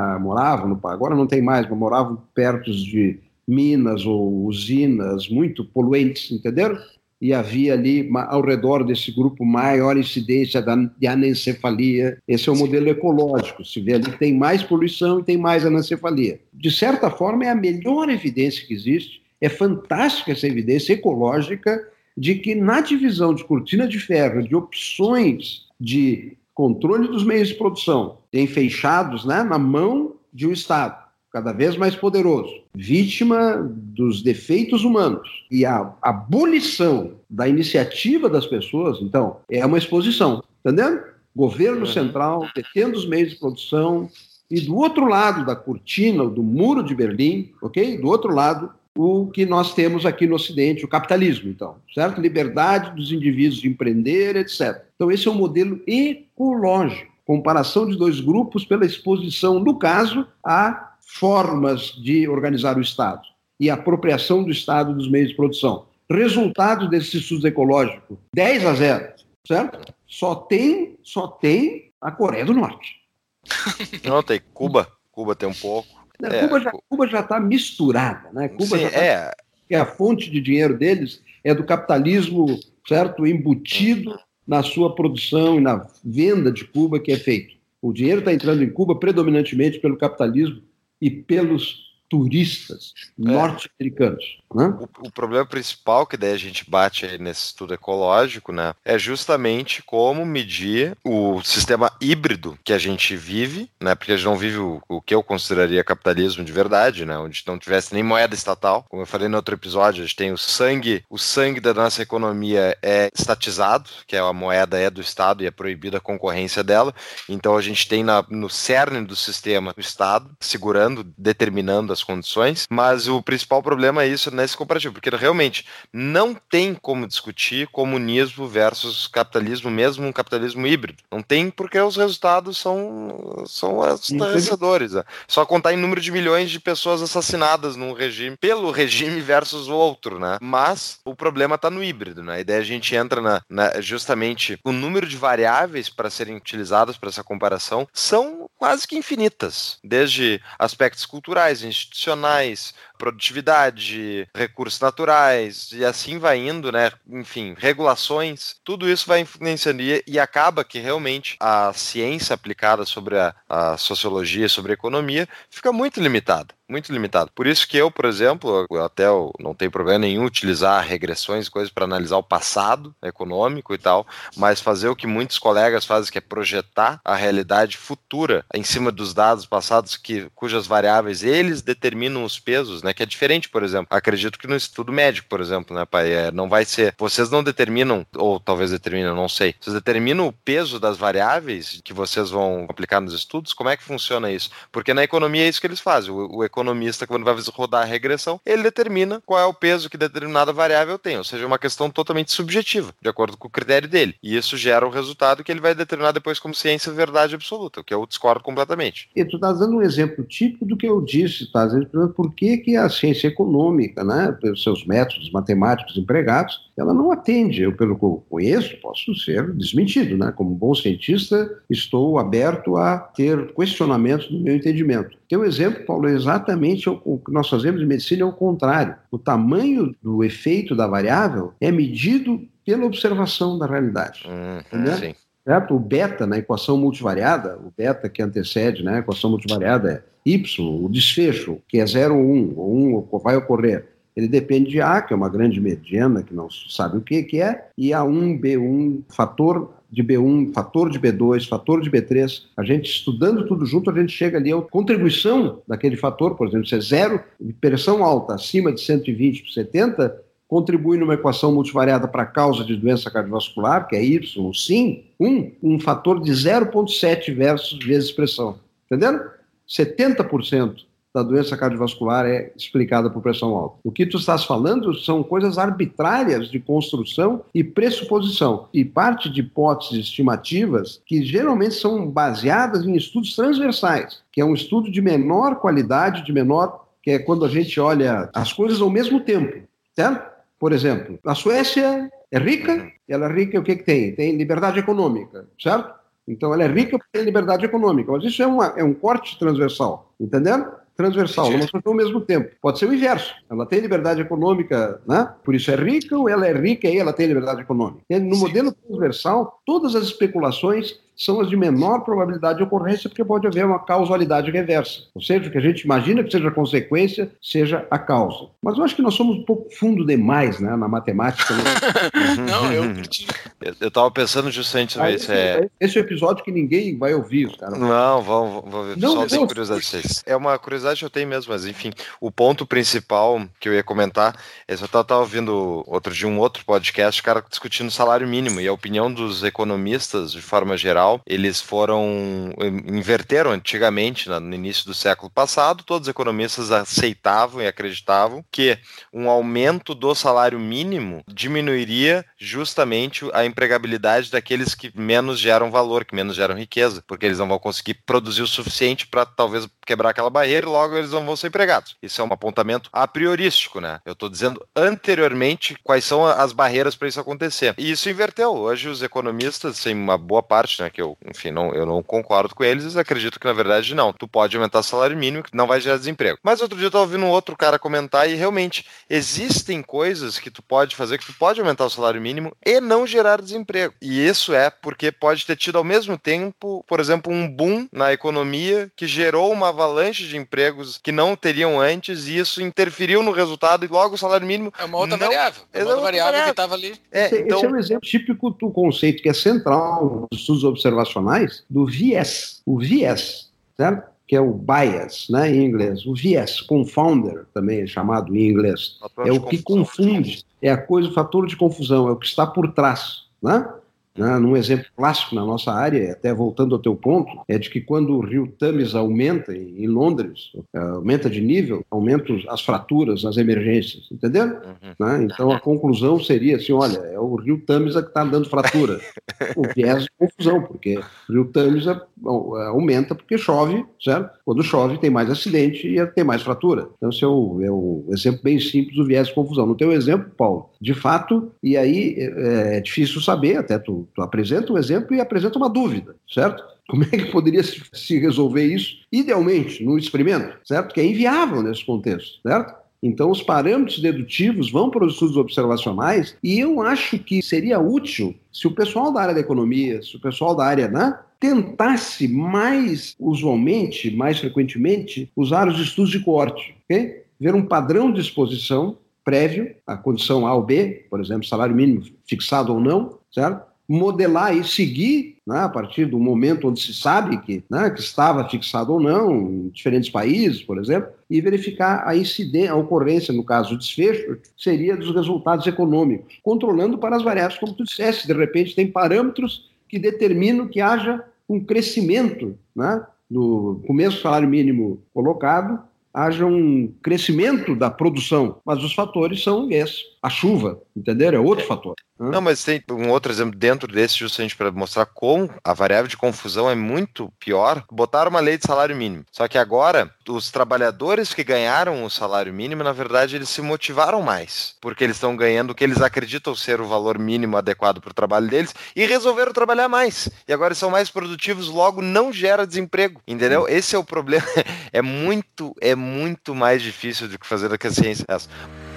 agora não tem mais, mas moravam perto de minas ou usinas muito poluentes, entenderam? e havia ali, ao redor desse grupo, maior incidência de anencefalia. Esse é o modelo ecológico. Se vê ali que tem mais poluição e tem mais anencefalia. De certa forma, é a melhor evidência que existe. É fantástica essa evidência ecológica de que na divisão de cortina de ferro, de opções de controle dos meios de produção, tem fechados, né, na mão de um Estado cada vez mais poderoso, vítima dos defeitos humanos, e a abolição da iniciativa das pessoas, então, é uma exposição, entendendo? Governo central detendo os meios de produção, e do outro lado da cortina, do muro de Berlim, ok? Do outro lado, o que nós temos aqui no Ocidente, o capitalismo, então, certo? Liberdade dos indivíduos de empreender, etc. Então, esse é um modelo ecológico, comparação de dois grupos pela exposição, no caso, a formas de organizar o Estado e a apropriação do Estado dos meios de produção. Resultado desse estudo ecológico, 10-0, certo? Só tem a Coreia do Norte. Não, tem Cuba. Cuba tem um pouco. Cuba já está misturada, né? Cuba sim, já tá, porque a fonte de dinheiro deles é do capitalismo, certo? Embutido na sua produção e na venda de Cuba que é feito. O dinheiro está entrando em Cuba predominantemente pelo capitalismo e pelos turistas norte-americanos. Né? O problema principal que daí a gente bate aí nesse estudo ecológico, né, é justamente como medir o sistema híbrido que a gente vive, né, porque a gente não vive o que eu consideraria capitalismo de verdade, né, onde não tivesse nem moeda estatal. Como eu falei no outro episódio, a gente tem o sangue da nossa economia é estatizado, que é a moeda é do Estado e é proibida a concorrência dela. Então a gente tem no cerne do sistema o Estado segurando, determinando as condições, mas o principal problema é isso nesse comparativo, porque realmente não tem como discutir comunismo versus capitalismo, mesmo um capitalismo híbrido. Não tem, porque os resultados são estarrecedores. Né? Só contar em número de milhões de pessoas assassinadas num regime, pelo regime versus o outro, né? Mas o problema está no híbrido, né? E daí a gente entra justamente o número de variáveis para serem utilizadas para essa comparação são quase que infinitas, desde aspectos culturais, institucionais, produtividade, recursos naturais, e assim vai indo, né? Enfim, regulações, tudo isso vai influenciando e acaba que realmente a ciência aplicada sobre a sociologia, sobre a economia, fica muito limitada. Muito limitado. Por isso que eu, por exemplo, eu não tenho problema nenhum utilizar regressões e coisas para analisar o passado econômico e tal, mas fazer o que muitos colegas fazem, que é projetar a realidade futura em cima dos dados passados, cujas variáveis eles determinam os pesos, né? Que é diferente, por exemplo. Acredito que no estudo médico, por exemplo, né, pai? Não vai ser. Vocês não determinam, ou talvez determinam, não sei. Vocês determinam o peso das variáveis que vocês vão aplicar nos estudos? Como é que funciona isso? Porque na economia é isso que eles fazem. O economista, quando vai rodar a regressão, ele determina qual é o peso que determinada variável tem, ou seja, é uma questão totalmente subjetiva, de acordo com o critério dele. E isso gera um resultado que ele vai determinar depois como ciência verdade absoluta, o que eu discordo completamente. E tu estás dando um exemplo típico do que eu disse, estás dizendo por que a ciência econômica, né, pelos seus métodos matemáticos empregados, ela não atende. Eu, pelo que eu conheço, posso ser desmentido, né? Como bom cientista, estou aberto a ter questionamentos do meu entendimento. Tem um exemplo, Paulo, exatamente o que nós fazemos em medicina é o contrário. O tamanho do efeito da variável é medido pela observação da realidade. Sim. Certo? O beta na equação multivariada, o beta que antecede, né, a equação multivariada é y, o desfecho, que é 0 ou 1, ou 1 vai ocorrer. Ele depende de A, que é uma grande mediana, que não sabe o que é, e A1, B1, fator de B1, fator de B2, fator de B3. A gente, estudando tudo junto, a gente chega ali a contribuição daquele fator, por exemplo, se é 0, pressão alta acima de 120 por 70, contribui numa equação multivariada para a causa de doença cardiovascular, que é Y, sim, um fator de 0,7 vezes pressão. Entendendo? 70% da doença cardiovascular é explicada por pressão alta. O que tu estás falando são coisas arbitrárias de construção e pressuposição, e parte de hipóteses estimativas que geralmente são baseadas em estudos transversais, que é um estudo de menor qualidade, que é quando a gente olha as coisas ao mesmo tempo, certo? Por exemplo, a Suécia é rica, ela é rica, o que tem? Tem liberdade econômica, certo? Então ela é rica porque tem liberdade econômica, mas isso é um corte transversal, entendeu? transversal, não ao mesmo tempo. Pode ser o inverso. Ela tem liberdade econômica, né? Por isso é rica, ou ela é rica e ela tem liberdade econômica. E no modelo transversal, todas as especulações são as de menor probabilidade de ocorrência, porque pode haver uma causalidade reversa. Ou seja, o que a gente imagina que seja a consequência, seja a causa. Mas eu acho que nós somos um pouco fundo demais, né, na matemática. Né? Não, eu curti. Eu estava pensando justamente sobre isso. Esse é o episódio que ninguém vai ouvir, os caras. Não, vamos ver. O pessoal tem curiosidade. É uma curiosidade que eu tenho mesmo, mas enfim, o ponto principal que eu ia comentar é que eu estava ouvindo outro dia um outro podcast, cara discutindo salário mínimo, e a opinião dos economistas, de forma geral, eles inverteram antigamente, no início do século passado, todos os economistas aceitavam e acreditavam que um aumento do salário mínimo diminuiria justamente a empregabilidade daqueles que menos geram valor, que menos geram riqueza, porque eles não vão conseguir produzir o suficiente para talvez quebrar aquela barreira e logo eles não vão ser empregados. Isso é um apontamento a priorístico, né? Eu estou dizendo anteriormente quais são as barreiras para isso acontecer. E isso inverteu. Hoje os economistas, sem uma boa parte, né, que eu não concordo com eles acredito que na verdade não. Tu pode aumentar o salário mínimo que não vai gerar desemprego. Mas outro dia eu estava ouvindo um outro cara comentar e realmente existem coisas que tu pode fazer, que tu pode aumentar o salário mínimo e não gerar desemprego. E isso é porque pode ter tido ao mesmo tempo, por exemplo, um boom na economia que gerou uma avalanche de empregos que não teriam antes e isso interferiu no resultado e logo o salário mínimo... É uma outra variável. É uma outra variável que estava ali. Então... Esse é um exemplo típico do conceito que é central nos estudos observacionais do viés. O viés, certo? Que é o bias, né, em inglês. O viés, confounder, também é chamado em inglês. É o que confunde, é a coisa, o fator de confusão, é o que está por trás, né? Num exemplo clássico na nossa área, até voltando ao teu ponto, é de que quando o rio Thames aumenta em Londres, aumenta de nível, aumentam as fraturas, as emergências, entendeu? Né? Então a conclusão seria assim, olha, é o rio Thames que está dando fratura. O viés de confusão, porque o rio Thames aumenta porque chove, certo? Quando chove tem mais acidente e tem mais fratura. Então esse é o exemplo bem simples do viés de confusão. No teu exemplo, Paulo, de fato, e aí é difícil saber, até tu apresenta um exemplo e apresenta uma dúvida, certo? Como é que poderia se resolver isso? Idealmente, no experimento, certo? Que é inviável nesse contexto, certo? Então, os parâmetros dedutivos vão para os estudos observacionais e eu acho que seria útil se o pessoal da área da economia, se o pessoal da área, né, tentasse mais usualmente, mais frequentemente, usar os estudos de coorte, ok? Ver um padrão de exposição prévio, a condição A ou B, por exemplo, salário mínimo fixado ou não, certo? Modelar e seguir, né, a partir do momento onde se sabe que estava fixado ou não, em diferentes países, por exemplo, e verificar a incidência, a ocorrência, no caso, o desfecho, seria dos resultados econômicos, controlando para as variáveis, como tu disseste, de repente tem parâmetros que determinam que haja um crescimento, né, do começo do salário mínimo colocado, haja um crescimento da produção, mas os fatores são esses. A chuva, entenderam? É outro fator. Não, mas tem um outro exemplo dentro desse, justamente para mostrar como a variável de confusão é muito pior. Botaram uma lei de salário mínimo. Só que agora, os trabalhadores que ganharam o salário mínimo, na verdade, eles se motivaram mais. Porque eles estão ganhando o que eles acreditam ser o valor mínimo adequado para o trabalho deles e resolveram trabalhar mais. E agora eles são mais produtivos, logo não gera desemprego. Entendeu? Esse é o problema. É muito mais difícil do que fazer a ciência essa.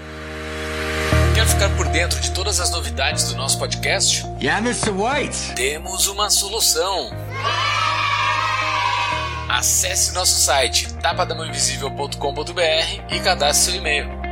Quer ficar por dentro de todas as novidades do nosso podcast? Yeah, Mr. White! Temos uma solução! Acesse nosso site tapadamãoinvisível.com.br e cadastre seu e-mail.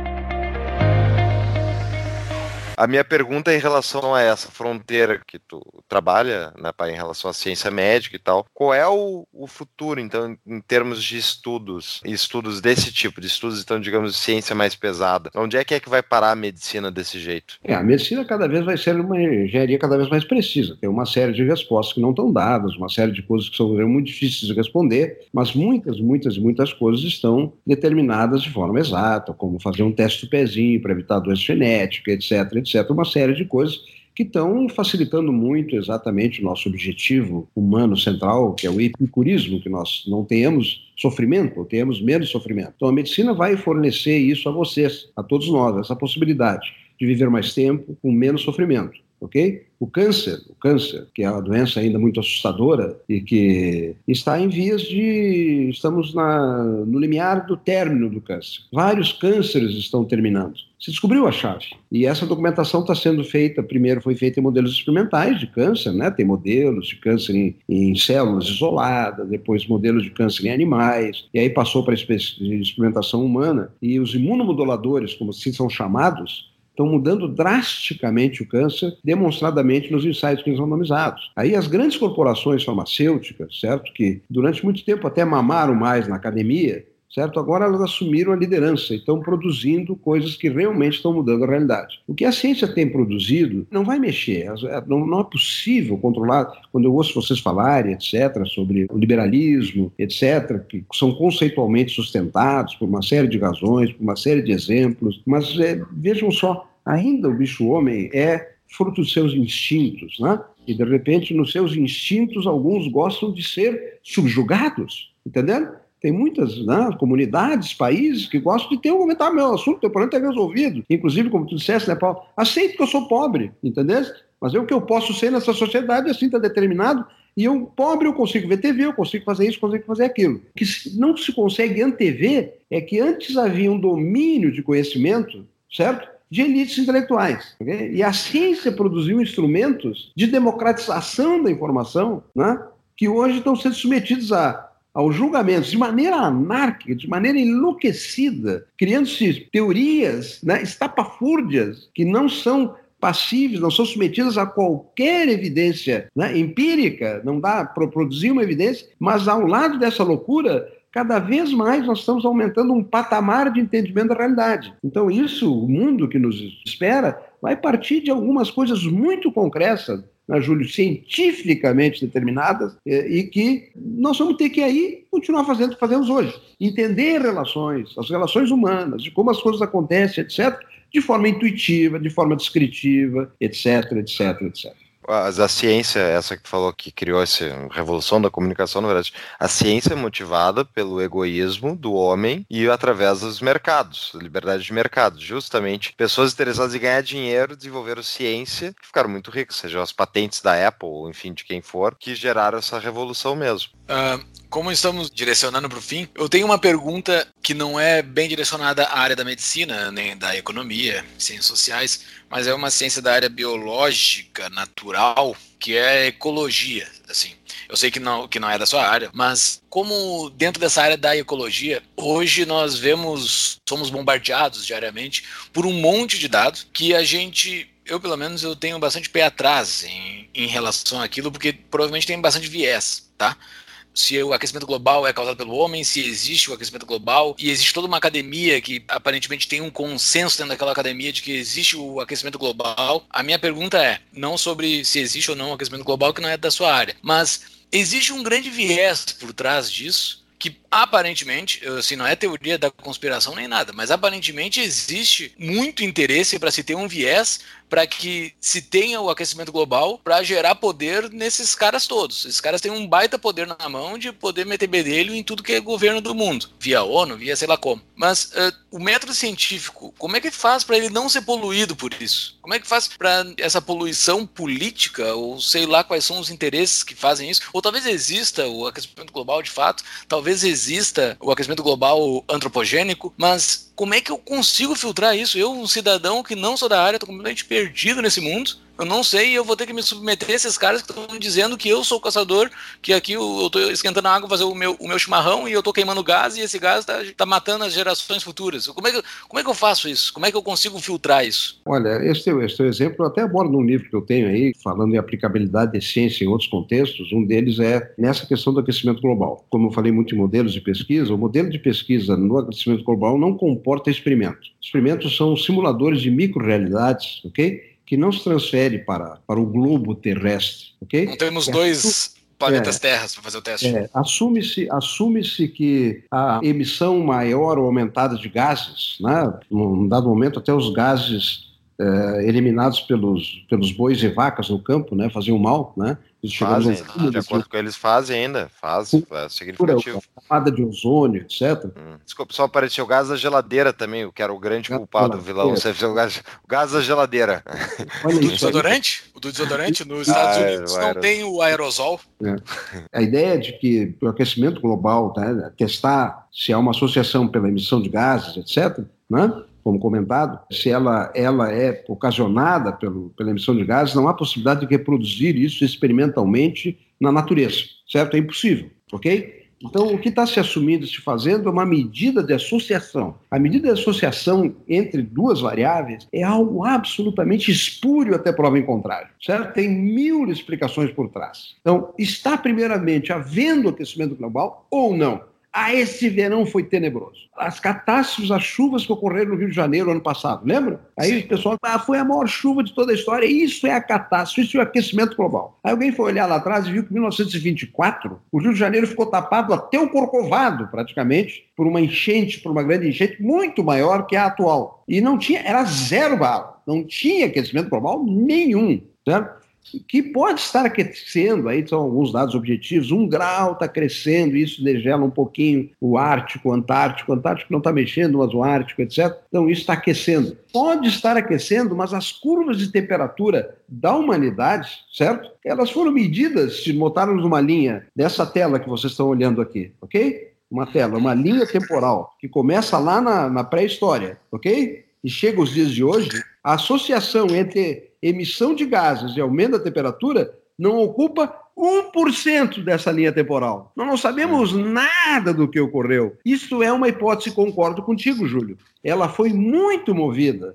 A minha pergunta é em relação a essa fronteira que tu trabalha, né, em relação à ciência médica e tal. Qual é o futuro, então, em termos de estudos desse tipo, de estudos, então, digamos, de ciência mais pesada? Onde é que vai parar a medicina desse jeito? A medicina cada vez vai ser uma engenharia cada vez mais precisa. Tem uma série de respostas que não estão dadas, uma série de coisas que são muito difíceis de responder, mas muitas coisas estão determinadas de forma exata, como fazer um teste do pezinho para evitar doença genética, etc., uma série de coisas que estão facilitando muito exatamente o nosso objetivo humano central, que é o epicurismo, que nós não tenhamos sofrimento, ou tenhamos menos sofrimento. Então a medicina vai fornecer isso a vocês, a todos nós, essa possibilidade de viver mais tempo com menos sofrimento. ok? O câncer, que é uma doença ainda muito assustadora e que está em vias de... Estamos no limiar do término do câncer. Vários cânceres estão terminando. Se descobriu a chave. E essa documentação está sendo feita, primeiro foi feita em modelos experimentais de câncer, né? Tem modelos de câncer em células isoladas, depois modelos de câncer em animais, e aí passou para a experimentação humana. E os imunomoduladores, como assim são chamados, estão mudando drasticamente o câncer, demonstradamente nos ensaios que eles são randomizados. Aí as grandes corporações farmacêuticas, certo, que durante muito tempo até mamaram mais na academia, certo, agora elas assumiram a liderança e estão produzindo coisas que realmente estão mudando a realidade. O que a ciência tem produzido não vai mexer, não é possível controlar. Quando eu ouço vocês falarem, etc., sobre o liberalismo, etc., que são conceitualmente sustentados por uma série de razões, por uma série de exemplos, mas vejam só, ainda o bicho-homem é fruto dos seus instintos, né? E, de repente, nos seus instintos, alguns gostam de ser subjugados, entendeu? Tem muitas, né, comunidades, países que gostam de ter um momento, meu assunto, teu problema está resolvido. Inclusive, como tu disseste, né, Paulo? Aceito que eu sou pobre, entendeu? Mas o que eu posso ser nessa sociedade, assim, está determinado. E eu, pobre, eu consigo ver TV, eu consigo fazer isso, consigo fazer aquilo. O que não se consegue antever é que antes havia um domínio de conhecimento, certo? De elites intelectuais. Okay? E a ciência produziu instrumentos de democratização da informação, né, que hoje estão sendo submetidos aos julgamentos de maneira anárquica, de maneira enlouquecida, criando-se teorias, né, estapafúrdias, que não são passíveis, não são submetidas a qualquer evidência, né, empírica, não dá para produzir uma evidência, mas ao lado dessa loucura, cada vez mais nós estamos aumentando um patamar de entendimento da realidade. Então isso, o mundo que nos espera, vai partir de algumas coisas muito concretas, né, Júlio, cientificamente determinadas, e que nós vamos ter que aí continuar fazendo o que fazemos hoje. Entender relações, as relações humanas, de como as coisas acontecem, etc., de forma intuitiva, de forma descritiva, etc, etc, etc. A ciência, essa que tu falou que criou essa revolução da comunicação, na verdade, a ciência é motivada pelo egoísmo do homem e através dos mercados, liberdade de mercado. Justamente, pessoas interessadas em ganhar dinheiro desenvolveram ciência e ficaram muito ricas, sejam as patentes da Apple, ou enfim, de quem for, que geraram essa revolução mesmo. Como estamos direcionando para o fim, eu tenho uma pergunta que não é bem direcionada à área da medicina, nem da economia, ciências sociais, mas é uma ciência da área biológica, natural, que é a ecologia, assim. Eu sei que não é da sua área, mas como dentro dessa área da ecologia, hoje nós somos bombardeados diariamente por um monte de dados que eu pelo menos eu tenho bastante pé atrás em relação àquilo, porque provavelmente tem bastante viés, tá? Se o aquecimento global é causado pelo homem, se existe o aquecimento global, e existe toda uma academia que aparentemente tem um consenso dentro daquela academia de que existe o aquecimento global. A minha pergunta é, não sobre se existe ou não o aquecimento global, que não é da sua área, mas existe um grande viés por trás disso, que aparentemente, assim, não é teoria da conspiração nem nada, mas aparentemente existe muito interesse para se ter um viés para que se tenha o aquecimento global para gerar poder nesses caras todos. Esses caras têm um baita poder na mão de poder meter bedelho em tudo que é governo do mundo, via ONU, via sei lá como. Mas o método científico, como é que faz para ele não ser poluído por isso? Como é que faz para essa poluição política, ou sei lá quais são os interesses que fazem isso? Ou talvez exista o aquecimento global de fato, talvez exista o aquecimento global antropogênico, mas como é que eu consigo filtrar isso? Eu, um cidadão que não sou da área, estou completamente perdido nesse mundo. Eu não sei, e eu vou ter que me submeter a esses caras que estão dizendo que eu sou o caçador, que aqui eu estou esquentando a água para fazer o meu chimarrão e eu estou queimando gás e esse gás está matando as gerações futuras. Como é que eu faço isso? Como é que eu consigo filtrar isso? Olha, esse teu exemplo eu até abordo num livro que eu tenho aí, falando em aplicabilidade de ciência em outros contextos. Um deles é nessa questão do aquecimento global. Como eu falei muito em modelos de pesquisa, o modelo de pesquisa no aquecimento global não comporta experimentos. Experimentos são simuladores de micro-realidades, ok? Que não se transfere para o globo terrestre, ok? Não temos dois planetas Terras para fazer o teste. Assume-se que a emissão maior ou aumentada de gases, né, num dado momento até os gases eliminados pelos bois e vacas no campo, né, faziam mal, né, Fazem, de acordo com eles fazem ainda, é significativo. Camada de ozônio, etc. Desculpa, só apareceu o gás da geladeira também, que era o grande culpado do vilão. Você viu o gás da geladeira. O do desodorante? O do desodorante nos Estados Unidos não tem o aerosol. A ideia de que o aquecimento global, tá, testar se há uma associação pela emissão de gases, etc., né? Como comentado, se ela é ocasionada pela emissão de gases, não há possibilidade de reproduzir isso experimentalmente na natureza, certo? É impossível, ok? Então, o que está se assumindo, se fazendo, é uma medida de associação. A medida de associação entre duas variáveis é algo absolutamente espúrio até prova em contrário, certo? Tem 1000 explicações por trás. Então, está primeiramente havendo aquecimento global ou não? Esse verão foi tenebroso. As catástrofes, as chuvas que ocorreram no Rio de Janeiro ano passado, lembra? Aí o pessoal foi a maior chuva de toda a história. Isso é a catástrofe, isso é o aquecimento global. Aí alguém foi olhar lá atrás e viu que em 1924 o Rio de Janeiro ficou tapado até o Corcovado, praticamente, por uma enchente, por uma grande enchente muito maior que a atual. E não tinha, era zero bala, não tinha aquecimento global nenhum, certo? Que pode estar aquecendo, aí são alguns dados objetivos, 1 grau está crescendo, isso degela um pouquinho o Ártico, o Antártico não está mexendo, mas o Ártico, etc. Então isso está aquecendo. Pode estar aquecendo, mas as curvas de temperatura da humanidade, certo? Elas foram medidas, se botaram numa linha dessa tela que vocês estão olhando aqui, ok? Uma tela, uma linha temporal, que começa lá na pré-história, ok? E chega aos dias de hoje, a associação entre emissão de gases e aumento da temperatura não ocupa 1% dessa linha temporal. Nós não sabemos nada do que ocorreu. Isso é uma hipótese, concordo contigo, Júlio. Ela foi muito movida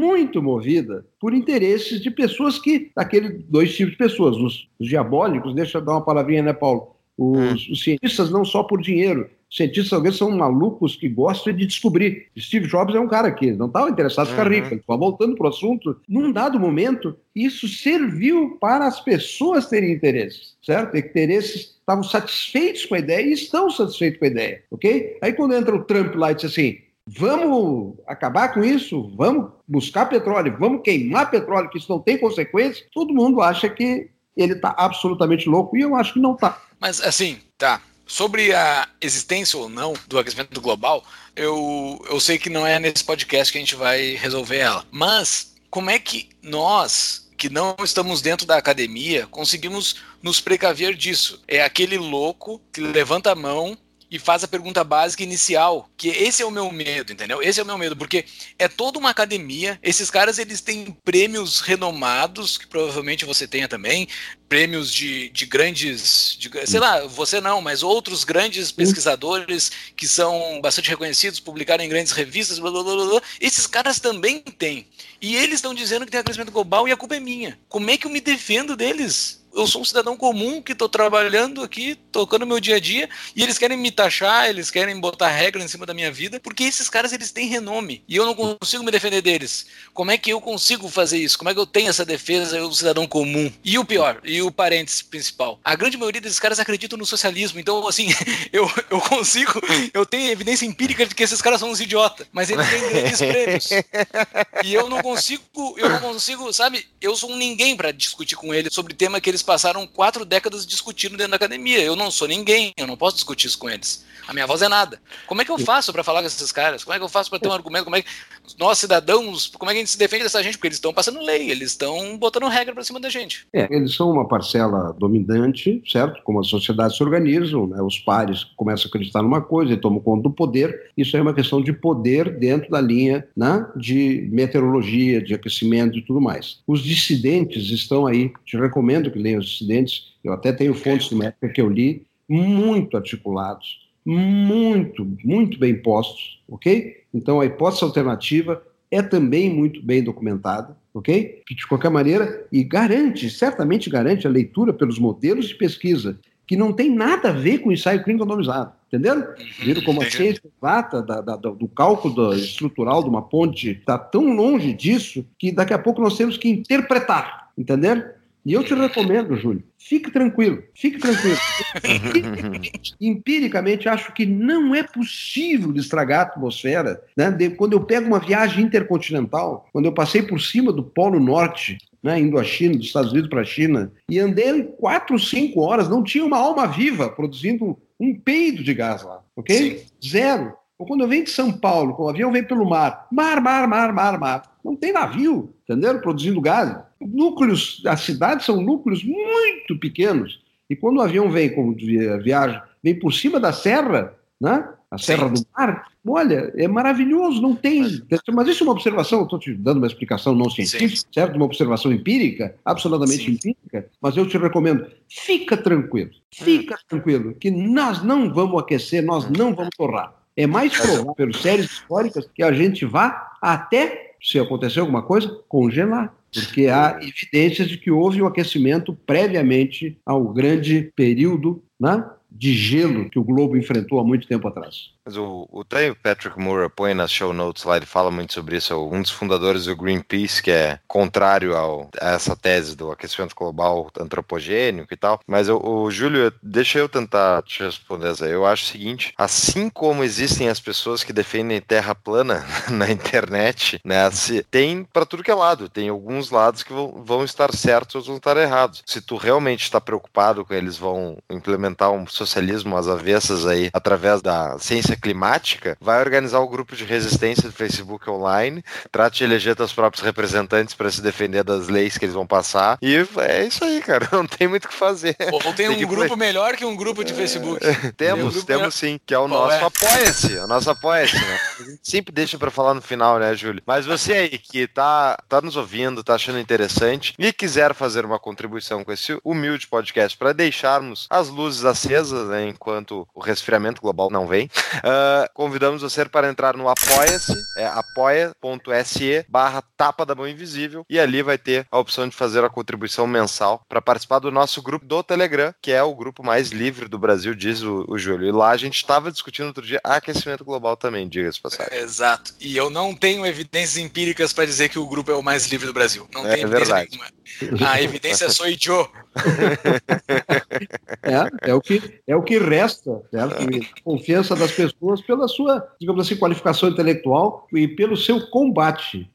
por interesses de pessoas daqueles 2 tipos de pessoas, os diabólicos, deixa eu dar uma palavrinha, né, Paulo? Os cientistas não só por dinheiro. Os cientistas talvez são malucos que gostam de descobrir. Steve Jobs é um cara que não estava interessado em ficar rico, ele estava voltando para o assunto. Num dado momento, isso serviu para as pessoas terem interesse, certo? Interesses estavam satisfeitos com a ideia e estão satisfeitos com a ideia, ok? Aí quando entra o Trump lá e diz assim, vamos acabar com isso, vamos buscar petróleo, vamos queimar petróleo, que isso não tem consequências, todo mundo acha que ele está absolutamente louco e eu acho que não está. Mas assim, tá. Sobre a existência ou não do aquecimento global, eu sei que não é nesse podcast que a gente vai resolver ela. Mas como é que nós, que não estamos dentro da academia, conseguimos nos precaver disso? É aquele louco que levanta a mão e faz a pergunta básica inicial, que esse é o meu medo, entendeu? Esse é o meu medo, porque é toda uma academia, esses caras, eles têm prêmios renomados, que provavelmente você tenha também, prêmios de grandes, sei lá, você não, mas outros grandes pesquisadores que são bastante reconhecidos, publicaram em grandes revistas, blá, blá, blá, blá. Esses caras também têm. E eles estão dizendo que tem aquecimento global e a culpa é minha. Como é que eu me defendo deles? Eu sou um cidadão comum que estou trabalhando aqui, tocando meu dia a dia, e eles querem me taxar, eles querem botar regra em cima da minha vida, porque esses caras, eles têm renome, e eu não consigo me defender deles. Como é que eu consigo fazer isso? Como é que eu tenho essa defesa, eu, cidadão comum? E o pior, e o parênteses principal, a grande maioria desses caras acreditam no socialismo, então, assim, eu tenho evidência empírica de que esses caras são uns idiotas, mas eles têm grandes prêmios. E eu não consigo, sabe, eu sou um ninguém para discutir com eles sobre tema que eles passaram 4 décadas discutindo dentro da academia. Eu não sou ninguém, eu não posso discutir isso com eles. A minha voz é nada. Como é que eu faço para falar com esses caras? Como é que eu faço para ter um argumento? Como é que nós, cidadãos, como é que a gente se defende dessa gente? Porque eles estão passando lei, eles estão botando regra para cima da gente. Eles são uma parcela dominante, certo? Como as sociedades se organizam, né? Os pares começam a acreditar numa coisa e tomam conta do poder. Isso é uma questão de poder dentro da linha, né? De meteorologia, de aquecimento e tudo mais. Os dissidentes estão aí. Te recomendo que leiam os dissidentes. Eu até tenho fontes de época que eu li, muito articulados, muito bem postos, ok? Então a hipótese alternativa é também muito bem documentada, ok? Que de qualquer maneira, e certamente garante a leitura pelos modelos de pesquisa, que não tem nada a ver com o ensaio clínico randomizado, entenderam? Viram como a ciência exata do cálculo estrutural de uma ponte está tão longe disso que daqui a pouco nós temos que interpretar, entenderam? E eu te recomendo, Júlio, fique tranquilo. Empiricamente, acho que não é possível estragar a atmosfera, né? Quando eu pego uma viagem intercontinental, quando eu passei por cima do Polo Norte, né, indo à China, dos Estados Unidos para a China, e andei 4, 5 horas, não tinha uma alma viva produzindo um peido de gás lá, ok? Sim. Zero. Ou quando eu venho de São Paulo, o avião vem pelo mar, mar. Não tem navio, entendeu? Produzindo gás. Núcleos da cidade são núcleos muito pequenos. E quando o avião vem, como viagem, vem por cima da serra, né? A Serra do Mar, olha, é maravilhoso, não tem... Mas isso é uma observação, eu estou te dando uma explicação não científica, certo? Uma observação empírica, absolutamente empírica, mas eu te recomendo, fica tranquilo, que nós não vamos aquecer, nós não vamos torrar. É mais provável, pelas séries históricas, que a gente vá até, se acontecer alguma coisa, congelar. Porque há evidências de que houve um aquecimento previamente ao grande período, né, de gelo que o globo enfrentou há muito tempo atrás. Mas o Patrick Moore põe nas show notes lá, ele fala muito sobre isso, um dos fundadores do Greenpeace, que é contrário a essa tese do aquecimento global antropogênico e tal. Mas o Júlio, deixa eu tentar te responder essa aí. Eu acho o seguinte, assim como existem as pessoas que defendem terra plana na internet, né, tem para tudo que é lado, tem alguns lados que vão estar certos, outros vão estar errados. Se tu realmente está preocupado com eles vão implementar um socialismo às avessas aí, através da ciência climática, vai organizar o grupo de resistência do Facebook online, trate de eleger seus próprios representantes para se defender das leis que eles vão passar, e é isso aí, cara, não tem muito o que fazer. Ou tem um grupo melhor que um grupo de Facebook. Temos sim, que é o nosso Apoia-se, né? A gente sempre deixa para falar no final, né, Júlio? Mas você aí que tá nos ouvindo, tá achando interessante e quiser fazer uma contribuição com esse humilde podcast para deixarmos as luzes acesas, né, enquanto o resfriamento global não vem, convidamos você para entrar no Apoia-se, apoia.se/Tapa da Mão Invisível, e ali vai ter a opção de fazer a contribuição mensal para participar do nosso grupo do Telegram, que é o grupo mais livre do Brasil, diz o Júlio. E lá a gente estava discutindo outro dia aquecimento global também, diga-se passagem. Exato. E eu não tenho evidências empíricas para dizer que o grupo é o mais livre do Brasil. Não tem evidência nenhuma. A evidência sou eu. É o que resta, certo? A confiança das pessoas pela sua, digamos assim, qualificação intelectual e pelo seu combate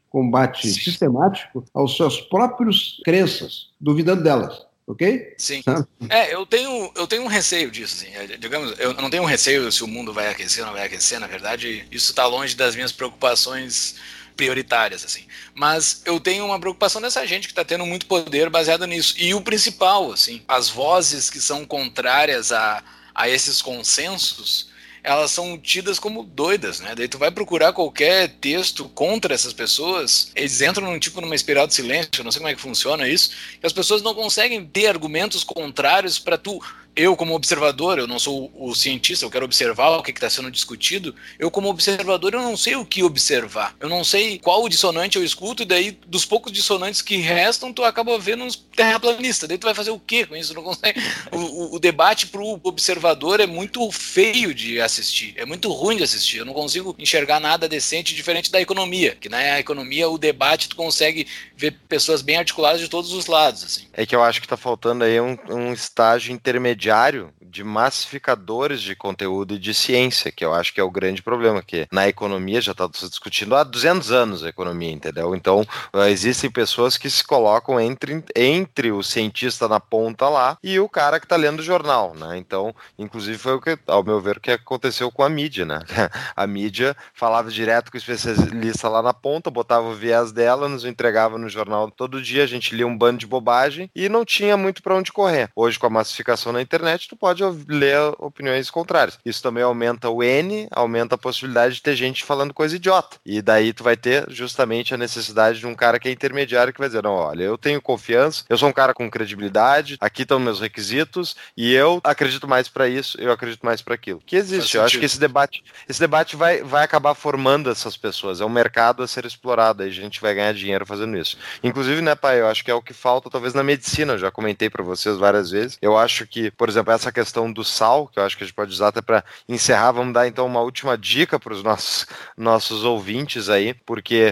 sistemático aos seus próprios crenças, duvidando delas. Ok? Sim. Eu tenho um receio disso, assim. Digamos, eu não tenho um receio se o mundo vai aquecer ou não vai aquecer, na verdade, isso está longe das minhas preocupações prioritárias, assim. Mas eu tenho uma preocupação dessa gente que está tendo muito poder baseado nisso. E o principal, assim, as vozes que são contrárias a esses consensos, elas são tidas como doidas, né? Daí tu vai procurar qualquer texto contra essas pessoas, eles entram numa espiral de silêncio, eu não sei como é que funciona isso, e as pessoas não conseguem ter argumentos contrários para tu... Eu, como observador, eu não sou o cientista, eu quero observar o que está sendo discutido. Eu, como observador, eu não sei o que observar. Eu não sei qual dissonante eu escuto, e daí, dos poucos dissonantes que restam, tu acaba vendo uns terraplanistas. Daí tu vai fazer o quê com isso? Tu não consegue. O debate pro observador é muito feio de assistir. É muito ruim de assistir. Eu não consigo enxergar nada decente, diferente da economia. Que na economia, o debate, tu consegue ver pessoas bem articuladas de todos os lados, assim. É que eu acho que está faltando aí um estágio intermediário de massificadores de conteúdo e de ciência, que eu acho que é o grande problema, que na economia já está se discutindo há 200 anos a economia, entendeu? Então, existem pessoas que se colocam entre o cientista na ponta lá e o cara que está lendo o jornal, né? Então, inclusive foi o que, ao meu ver, o que aconteceu com a mídia, né? A mídia falava direto com o especialista lá na ponta, botava o viés dela, nos entregava no jornal todo dia, a gente lia um bando de bobagem e não tinha muito para onde correr. Hoje, com a massificação na internet, tu pode ler opiniões contrárias. Isso também aumenta o N, aumenta a possibilidade de ter gente falando coisa idiota. E daí tu vai ter justamente a necessidade de um cara que é intermediário que vai dizer, não, olha, eu tenho confiança, eu sou um cara com credibilidade, aqui estão meus requisitos e eu acredito mais para isso, eu acredito mais para aquilo. Que existe. Eu acho que esse debate vai acabar formando essas pessoas. É um mercado a ser explorado, aí a gente vai ganhar dinheiro fazendo isso. Inclusive, né, pai, eu acho que é o que falta talvez na medicina, eu já comentei para vocês várias vezes. Eu acho que por exemplo, essa questão do sal, que eu acho que a gente pode usar até para encerrar, vamos dar então uma última dica para os nossos ouvintes aí, porque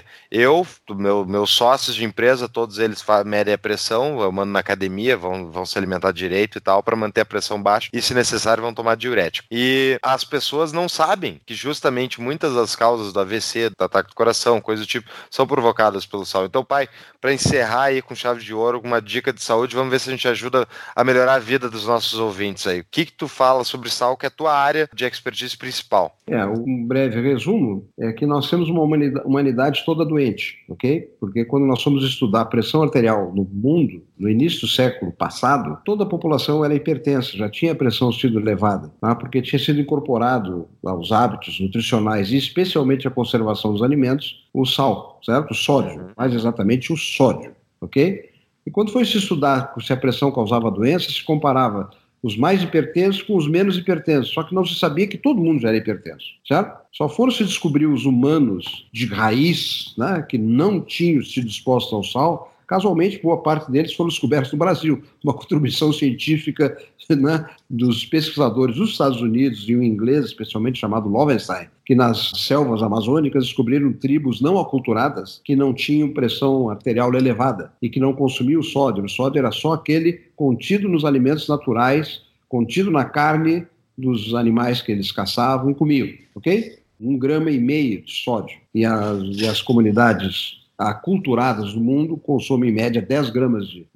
meus sócios de empresa, todos eles medem a pressão, eu mando na academia, vão se alimentar direito e tal, para manter a pressão baixa, e se necessário vão tomar diurético. E as pessoas não sabem que justamente muitas das causas do AVC, do ataque do coração, coisa do tipo, são provocadas pelo sal. Então, pai, para encerrar aí com chave de ouro, uma dica de saúde, vamos ver se a gente ajuda a melhorar a vida dos nossos ouvintes aí. O que tu fala sobre sal, que é a tua área de expertise principal? Um breve resumo é que nós temos uma humanidade toda doente, ok? Porque quando nós fomos estudar a pressão arterial no mundo, no início do século passado, toda a população era hipertensa, já tinha a pressão sido elevada, tá? Porque tinha sido incorporado aos hábitos nutricionais e especialmente a conservação dos alimentos, o sal, certo? O sódio, mais exatamente o sódio, ok? E quando foi se estudar se a pressão causava doença, se comparava os mais hipertensos com os menos hipertensos, só que não se sabia que todo mundo já era hipertenso, certo? Só foram se descobrir os humanos de raiz, né, que não tinham sido expostos ao sal. Casualmente, boa parte deles foram descobertos no Brasil, uma contribuição científica, né, dos pesquisadores dos Estados Unidos e um inglês, especialmente chamado Lowenstein, que nas selvas amazônicas descobriram tribos não aculturadas que não tinham pressão arterial elevada e que não consumiam sódio. O sódio era só aquele contido nos alimentos naturais, contido na carne dos animais que eles caçavam e comiam, ok? 1,5 grama de sódio. E as comunidades aculturadas do mundo consomem em média 10 gramas de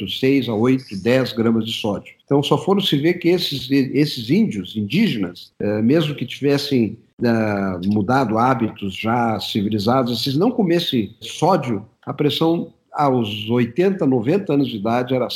6 a 8, 10 gramas de sódio. Então só foram se ver que esses índios, indígenas, mesmo que tivessem mudado hábitos já civilizados, se não comessem sódio, a pressão aos 80, 90 anos de idade era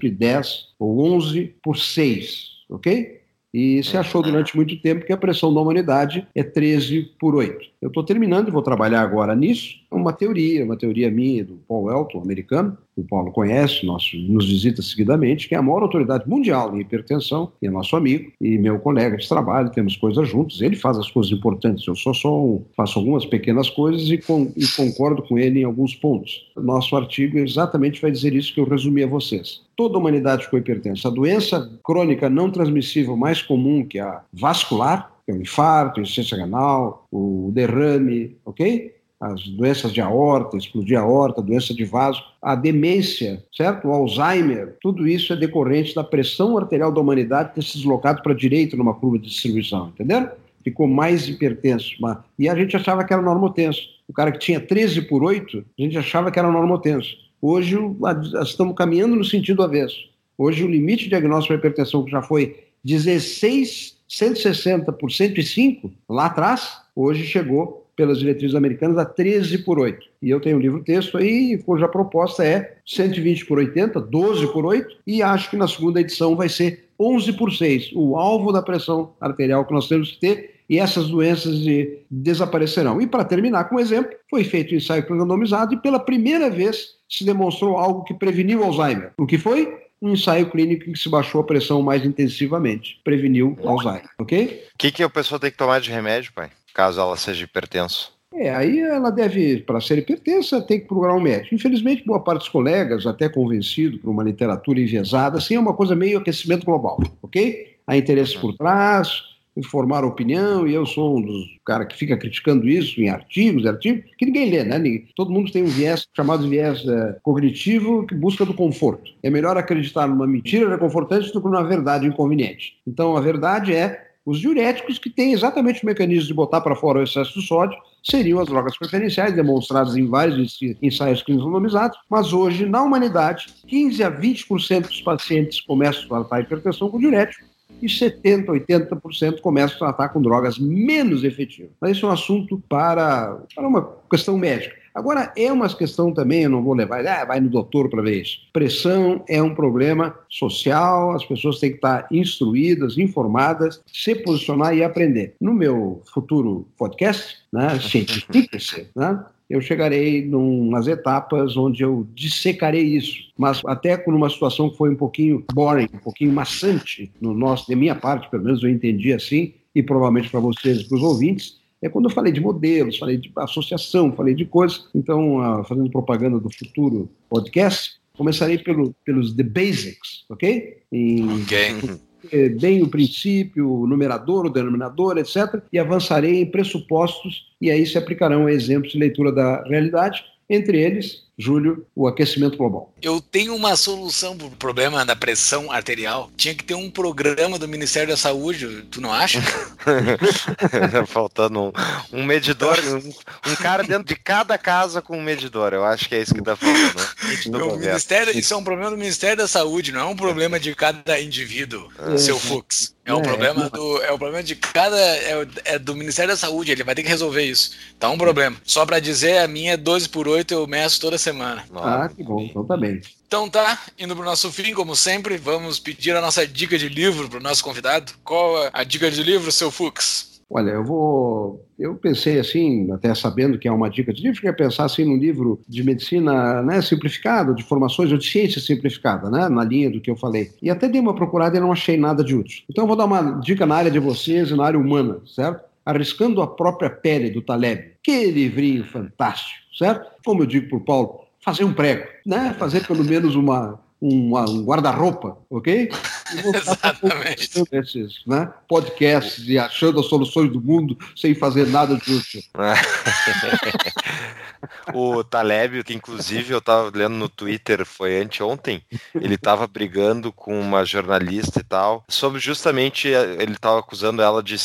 110 ou 11 por 6, ok? E se achou durante muito tempo que a pressão da humanidade é 13 por 8. Eu estou terminando e vou trabalhar agora nisso. É uma teoria minha do Paul Elton, americano, que o Paulo conhece, nos visita seguidamente, que é a maior autoridade mundial em hipertensão, e é nosso amigo e meu colega de trabalho, temos coisas juntos, ele faz as coisas importantes, eu faço algumas pequenas coisas e concordo com ele em alguns pontos. Nosso artigo exatamente vai dizer isso que eu resumi a vocês. Toda a humanidade ficou hipertensa. A doença crônica não transmissível mais comum, que é a vascular, que é o infarto, a insuficiência renal, o derrame, ok? As doenças de aorta, explodir a aorta, doença de vaso, a demência, certo? O Alzheimer, tudo isso é decorrente da pressão arterial da humanidade ter se deslocado para a direita numa curva de distribuição, entenderam? Ficou mais hipertenso. E a gente achava que era normotenso. O cara que tinha 13 por 8, a gente achava que era normotenso. Hoje estamos caminhando no sentido avesso. Hoje o limite diagnóstico para hipertensão, que já foi 16, 160 por 105, lá atrás, hoje chegou pelas diretrizes americanas a 13 por 8. E eu tenho um livro-texto aí, cuja proposta é 120 por 80, 12 por 8, e acho que na segunda edição vai ser 11 por 6, o alvo da pressão arterial que nós temos que ter, e essas doenças desaparecerão. E para terminar com um exemplo, foi feito um ensaio randomizado e pela primeira vez se demonstrou algo que preveniu o Alzheimer. O que foi? Um ensaio clínico em que se baixou a pressão mais intensivamente. Preveniu Alzheimer, ok? O que a pessoa tem que tomar de remédio, pai? Caso ela seja hipertensa? Aí ela deve, para ser hipertensa, tem que procurar um médico. Infelizmente, boa parte dos colegas, até convencido por uma literatura enviesada, assim, é uma coisa meio aquecimento global, ok? Há interesses por trás, formar opinião, e eu sou um dos caras que fica criticando isso em artigos que ninguém lê, né? Todo mundo tem um viés chamado viés cognitivo que busca do conforto. É melhor acreditar numa mentira reconfortante do que numa verdade inconveniente. Então, a verdade é os diuréticos, que têm exatamente o mecanismo de botar para fora o excesso de sódio, seriam as drogas preferenciais, demonstradas em vários ensaios clínicos randomizados, mas hoje, na humanidade, 15 a 20% dos pacientes começam a tratar a hipertensão com diurético, e 70%, 80% começam a tratar com drogas menos efetivas. Mas isso é um assunto para uma questão médica. Agora, é uma questão também, eu não vou levar, vai no doutor para ver isso. Pressão é um problema social, as pessoas têm que estar instruídas, informadas, se posicionar e aprender. No meu futuro podcast, né, Scientific, né, eu chegarei nas etapas onde eu dissecarei isso, mas até numa situação que foi um pouquinho boring, um pouquinho maçante, de minha parte, pelo menos eu entendi assim, e provavelmente para vocês e para os ouvintes, é quando eu falei de modelos, falei de associação, falei de coisas. Então, fazendo propaganda do futuro podcast, Começarei pelos The Basics, ok? Ok. Bem o princípio, o numerador, o denominador, etc. E avançarei em pressupostos, e aí se aplicarão exemplos de leitura da realidade, entre eles, Júlio, o aquecimento global. Eu tenho uma solução para o problema da pressão arterial. Tinha que ter um programa do Ministério da Saúde, tu não acha? Faltando um medidor, um cara dentro de cada casa com um medidor. Eu acho que é isso que tá faltando. Isso é um problema do Ministério da Saúde, não é um problema de cada indivíduo, seu Fux. É um problema de cada. É do Ministério da Saúde, ele vai ter que resolver isso. Tá um problema. Só para dizer, a minha é 12/8, eu meço toda semana. Que bom, então tá bem. Então tá, indo pro nosso fim, como sempre, vamos pedir a nossa dica de livro pro nosso convidado. Qual a dica de livro, seu Fux? Olha, eu pensei assim, até sabendo que é uma dica de livro, eu ia pensar assim num livro de medicina, né, simplificado, de formações ou de ciência simplificada, né, na linha do que eu falei. E até dei uma procurada e não achei nada de útil. Então eu vou dar uma dica na área de vocês e na área humana, certo? Arriscando a própria pele, do Taleb. Que livrinho fantástico, certo? Como eu digo pro Paulo, fazer um prego, né? Fazer pelo menos um guarda-roupa, ok? E vou Exatamente. Esses, né, podcasts e achando as soluções do mundo sem fazer nada de útil. O Taleb, que inclusive eu estava lendo no Twitter, foi anteontem, ele estava brigando com uma jornalista e tal, sobre justamente, ele estava acusando ela de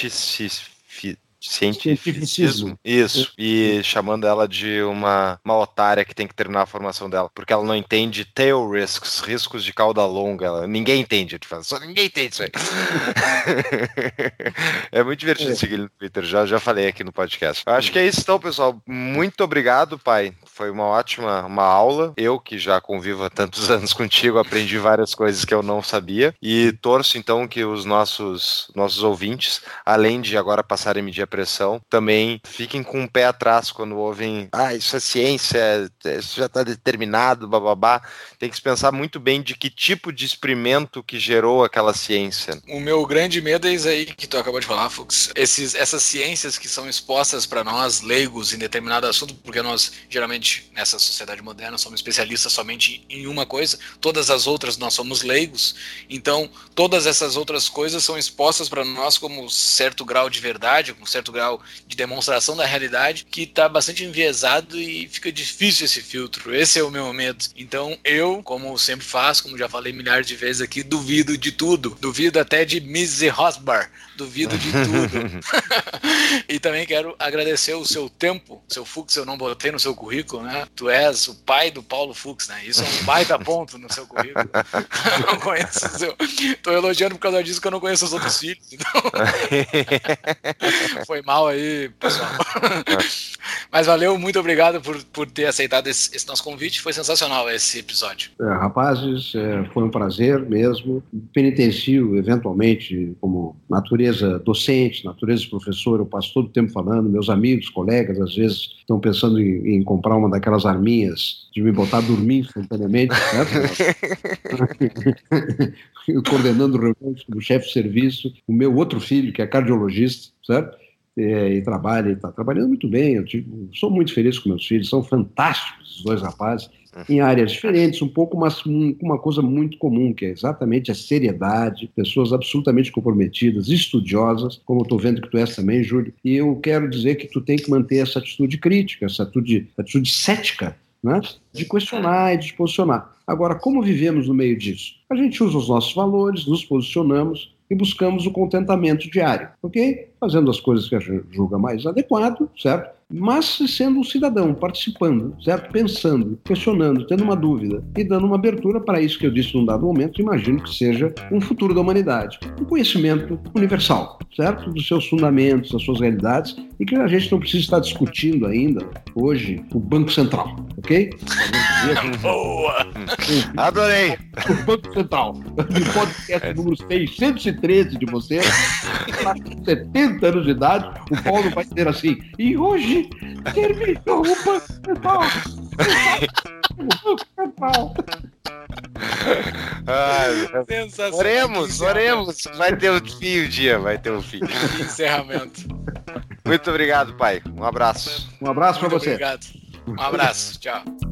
cientificismo. Isso. E chamando ela de uma otária que tem que terminar a formação dela, porque ela não entende tail riscos de cauda longa. Ninguém entende, só ninguém entende isso aí. É muito divertido seguir ele no Twitter, já falei aqui no podcast. Acho que é isso então, pessoal. Muito obrigado, pai. Foi uma ótima aula. Eu, que já convivo há tantos anos contigo, aprendi várias coisas que eu não sabia. E torço, então, que os nossos ouvintes, além de agora passarem a medir a pressão, também fiquem com um pé atrás quando ouvem isso é ciência, isso já está determinado, bababá. Tem que se pensar muito bem de que tipo de experimento que gerou aquela ciência. O meu grande medo é isso aí que tu acabou de falar, Fux. Essas ciências que são expostas para nós, leigos, em determinado assunto, porque nós, geralmente, nessa sociedade moderna, somos especialistas somente em uma coisa, todas as outras nós somos leigos, então todas essas outras coisas são expostas para nós como certo grau de verdade, com certo grau de demonstração da realidade, que está bastante enviesado e fica difícil esse filtro. Esse é o meu medo. Então eu, como sempre faço, como já falei milhares de vezes aqui, duvido de tudo. Duvido até de Mrs. Hosbar. Duvido de tudo. E também quero agradecer o seu tempo. Seu Fux eu não botei no seu currículo, né? Tu és o pai do Paulo Fux, né? Isso é um baita ponto no seu currículo. Eu não conheço o seu... Tô elogiando por causa disso que eu não conheço os outros filhos. Então... Foi mal aí, pessoal. Mas valeu, muito obrigado por ter aceitado esse nosso convite. Foi sensacional esse episódio. Rapazes, foi um prazer mesmo. Penitencio, eventualmente, como natureza docente, natureza de professor, eu passo todo o tempo falando, meus amigos, colegas, às vezes estão pensando em comprar uma daquelas arminhas de me botar a dormir instantaneamente, certo? Coordenando reuniões como chefe de serviço, o meu outro filho, que é cardiologista, certo? E está trabalhando muito bem. Eu sou muito feliz com meus filhos, são fantásticos os dois rapazes, em áreas diferentes, um pouco, mas uma coisa muito comum, que é exatamente a seriedade, pessoas absolutamente comprometidas, estudiosas, como eu estou vendo que tu és também, Júlio, e eu quero dizer que tu tem que manter essa atitude crítica, essa atitude cética, né? De questionar e de se posicionar. Agora, como vivemos no meio disso? A gente usa os nossos valores, nos posicionamos e buscamos o contentamento diário, ok? Fazendo as coisas que a gente julga mais adequado, certo? Mas sendo um cidadão, participando, certo? Pensando, questionando, tendo uma dúvida e dando uma abertura para isso que eu disse num dado momento, imagino que seja um futuro da humanidade. Um conhecimento universal, certo? Dos seus fundamentos, das suas realidades, e que a gente não precisa estar discutindo ainda, hoje, o Banco Central, ok? Boa! Adorei! O Banco Central. O podcast número 613 de você, com 70 anos de idade, o Paulo vai dizer assim, e hoje terminou o Banco Central. O Banco Central. Oremos. Vai ter um fim o dia, vai ter um fim. Encerramento. Muito obrigado, pai. Um abraço. Um abraço para você. Obrigado. Um abraço. Tchau.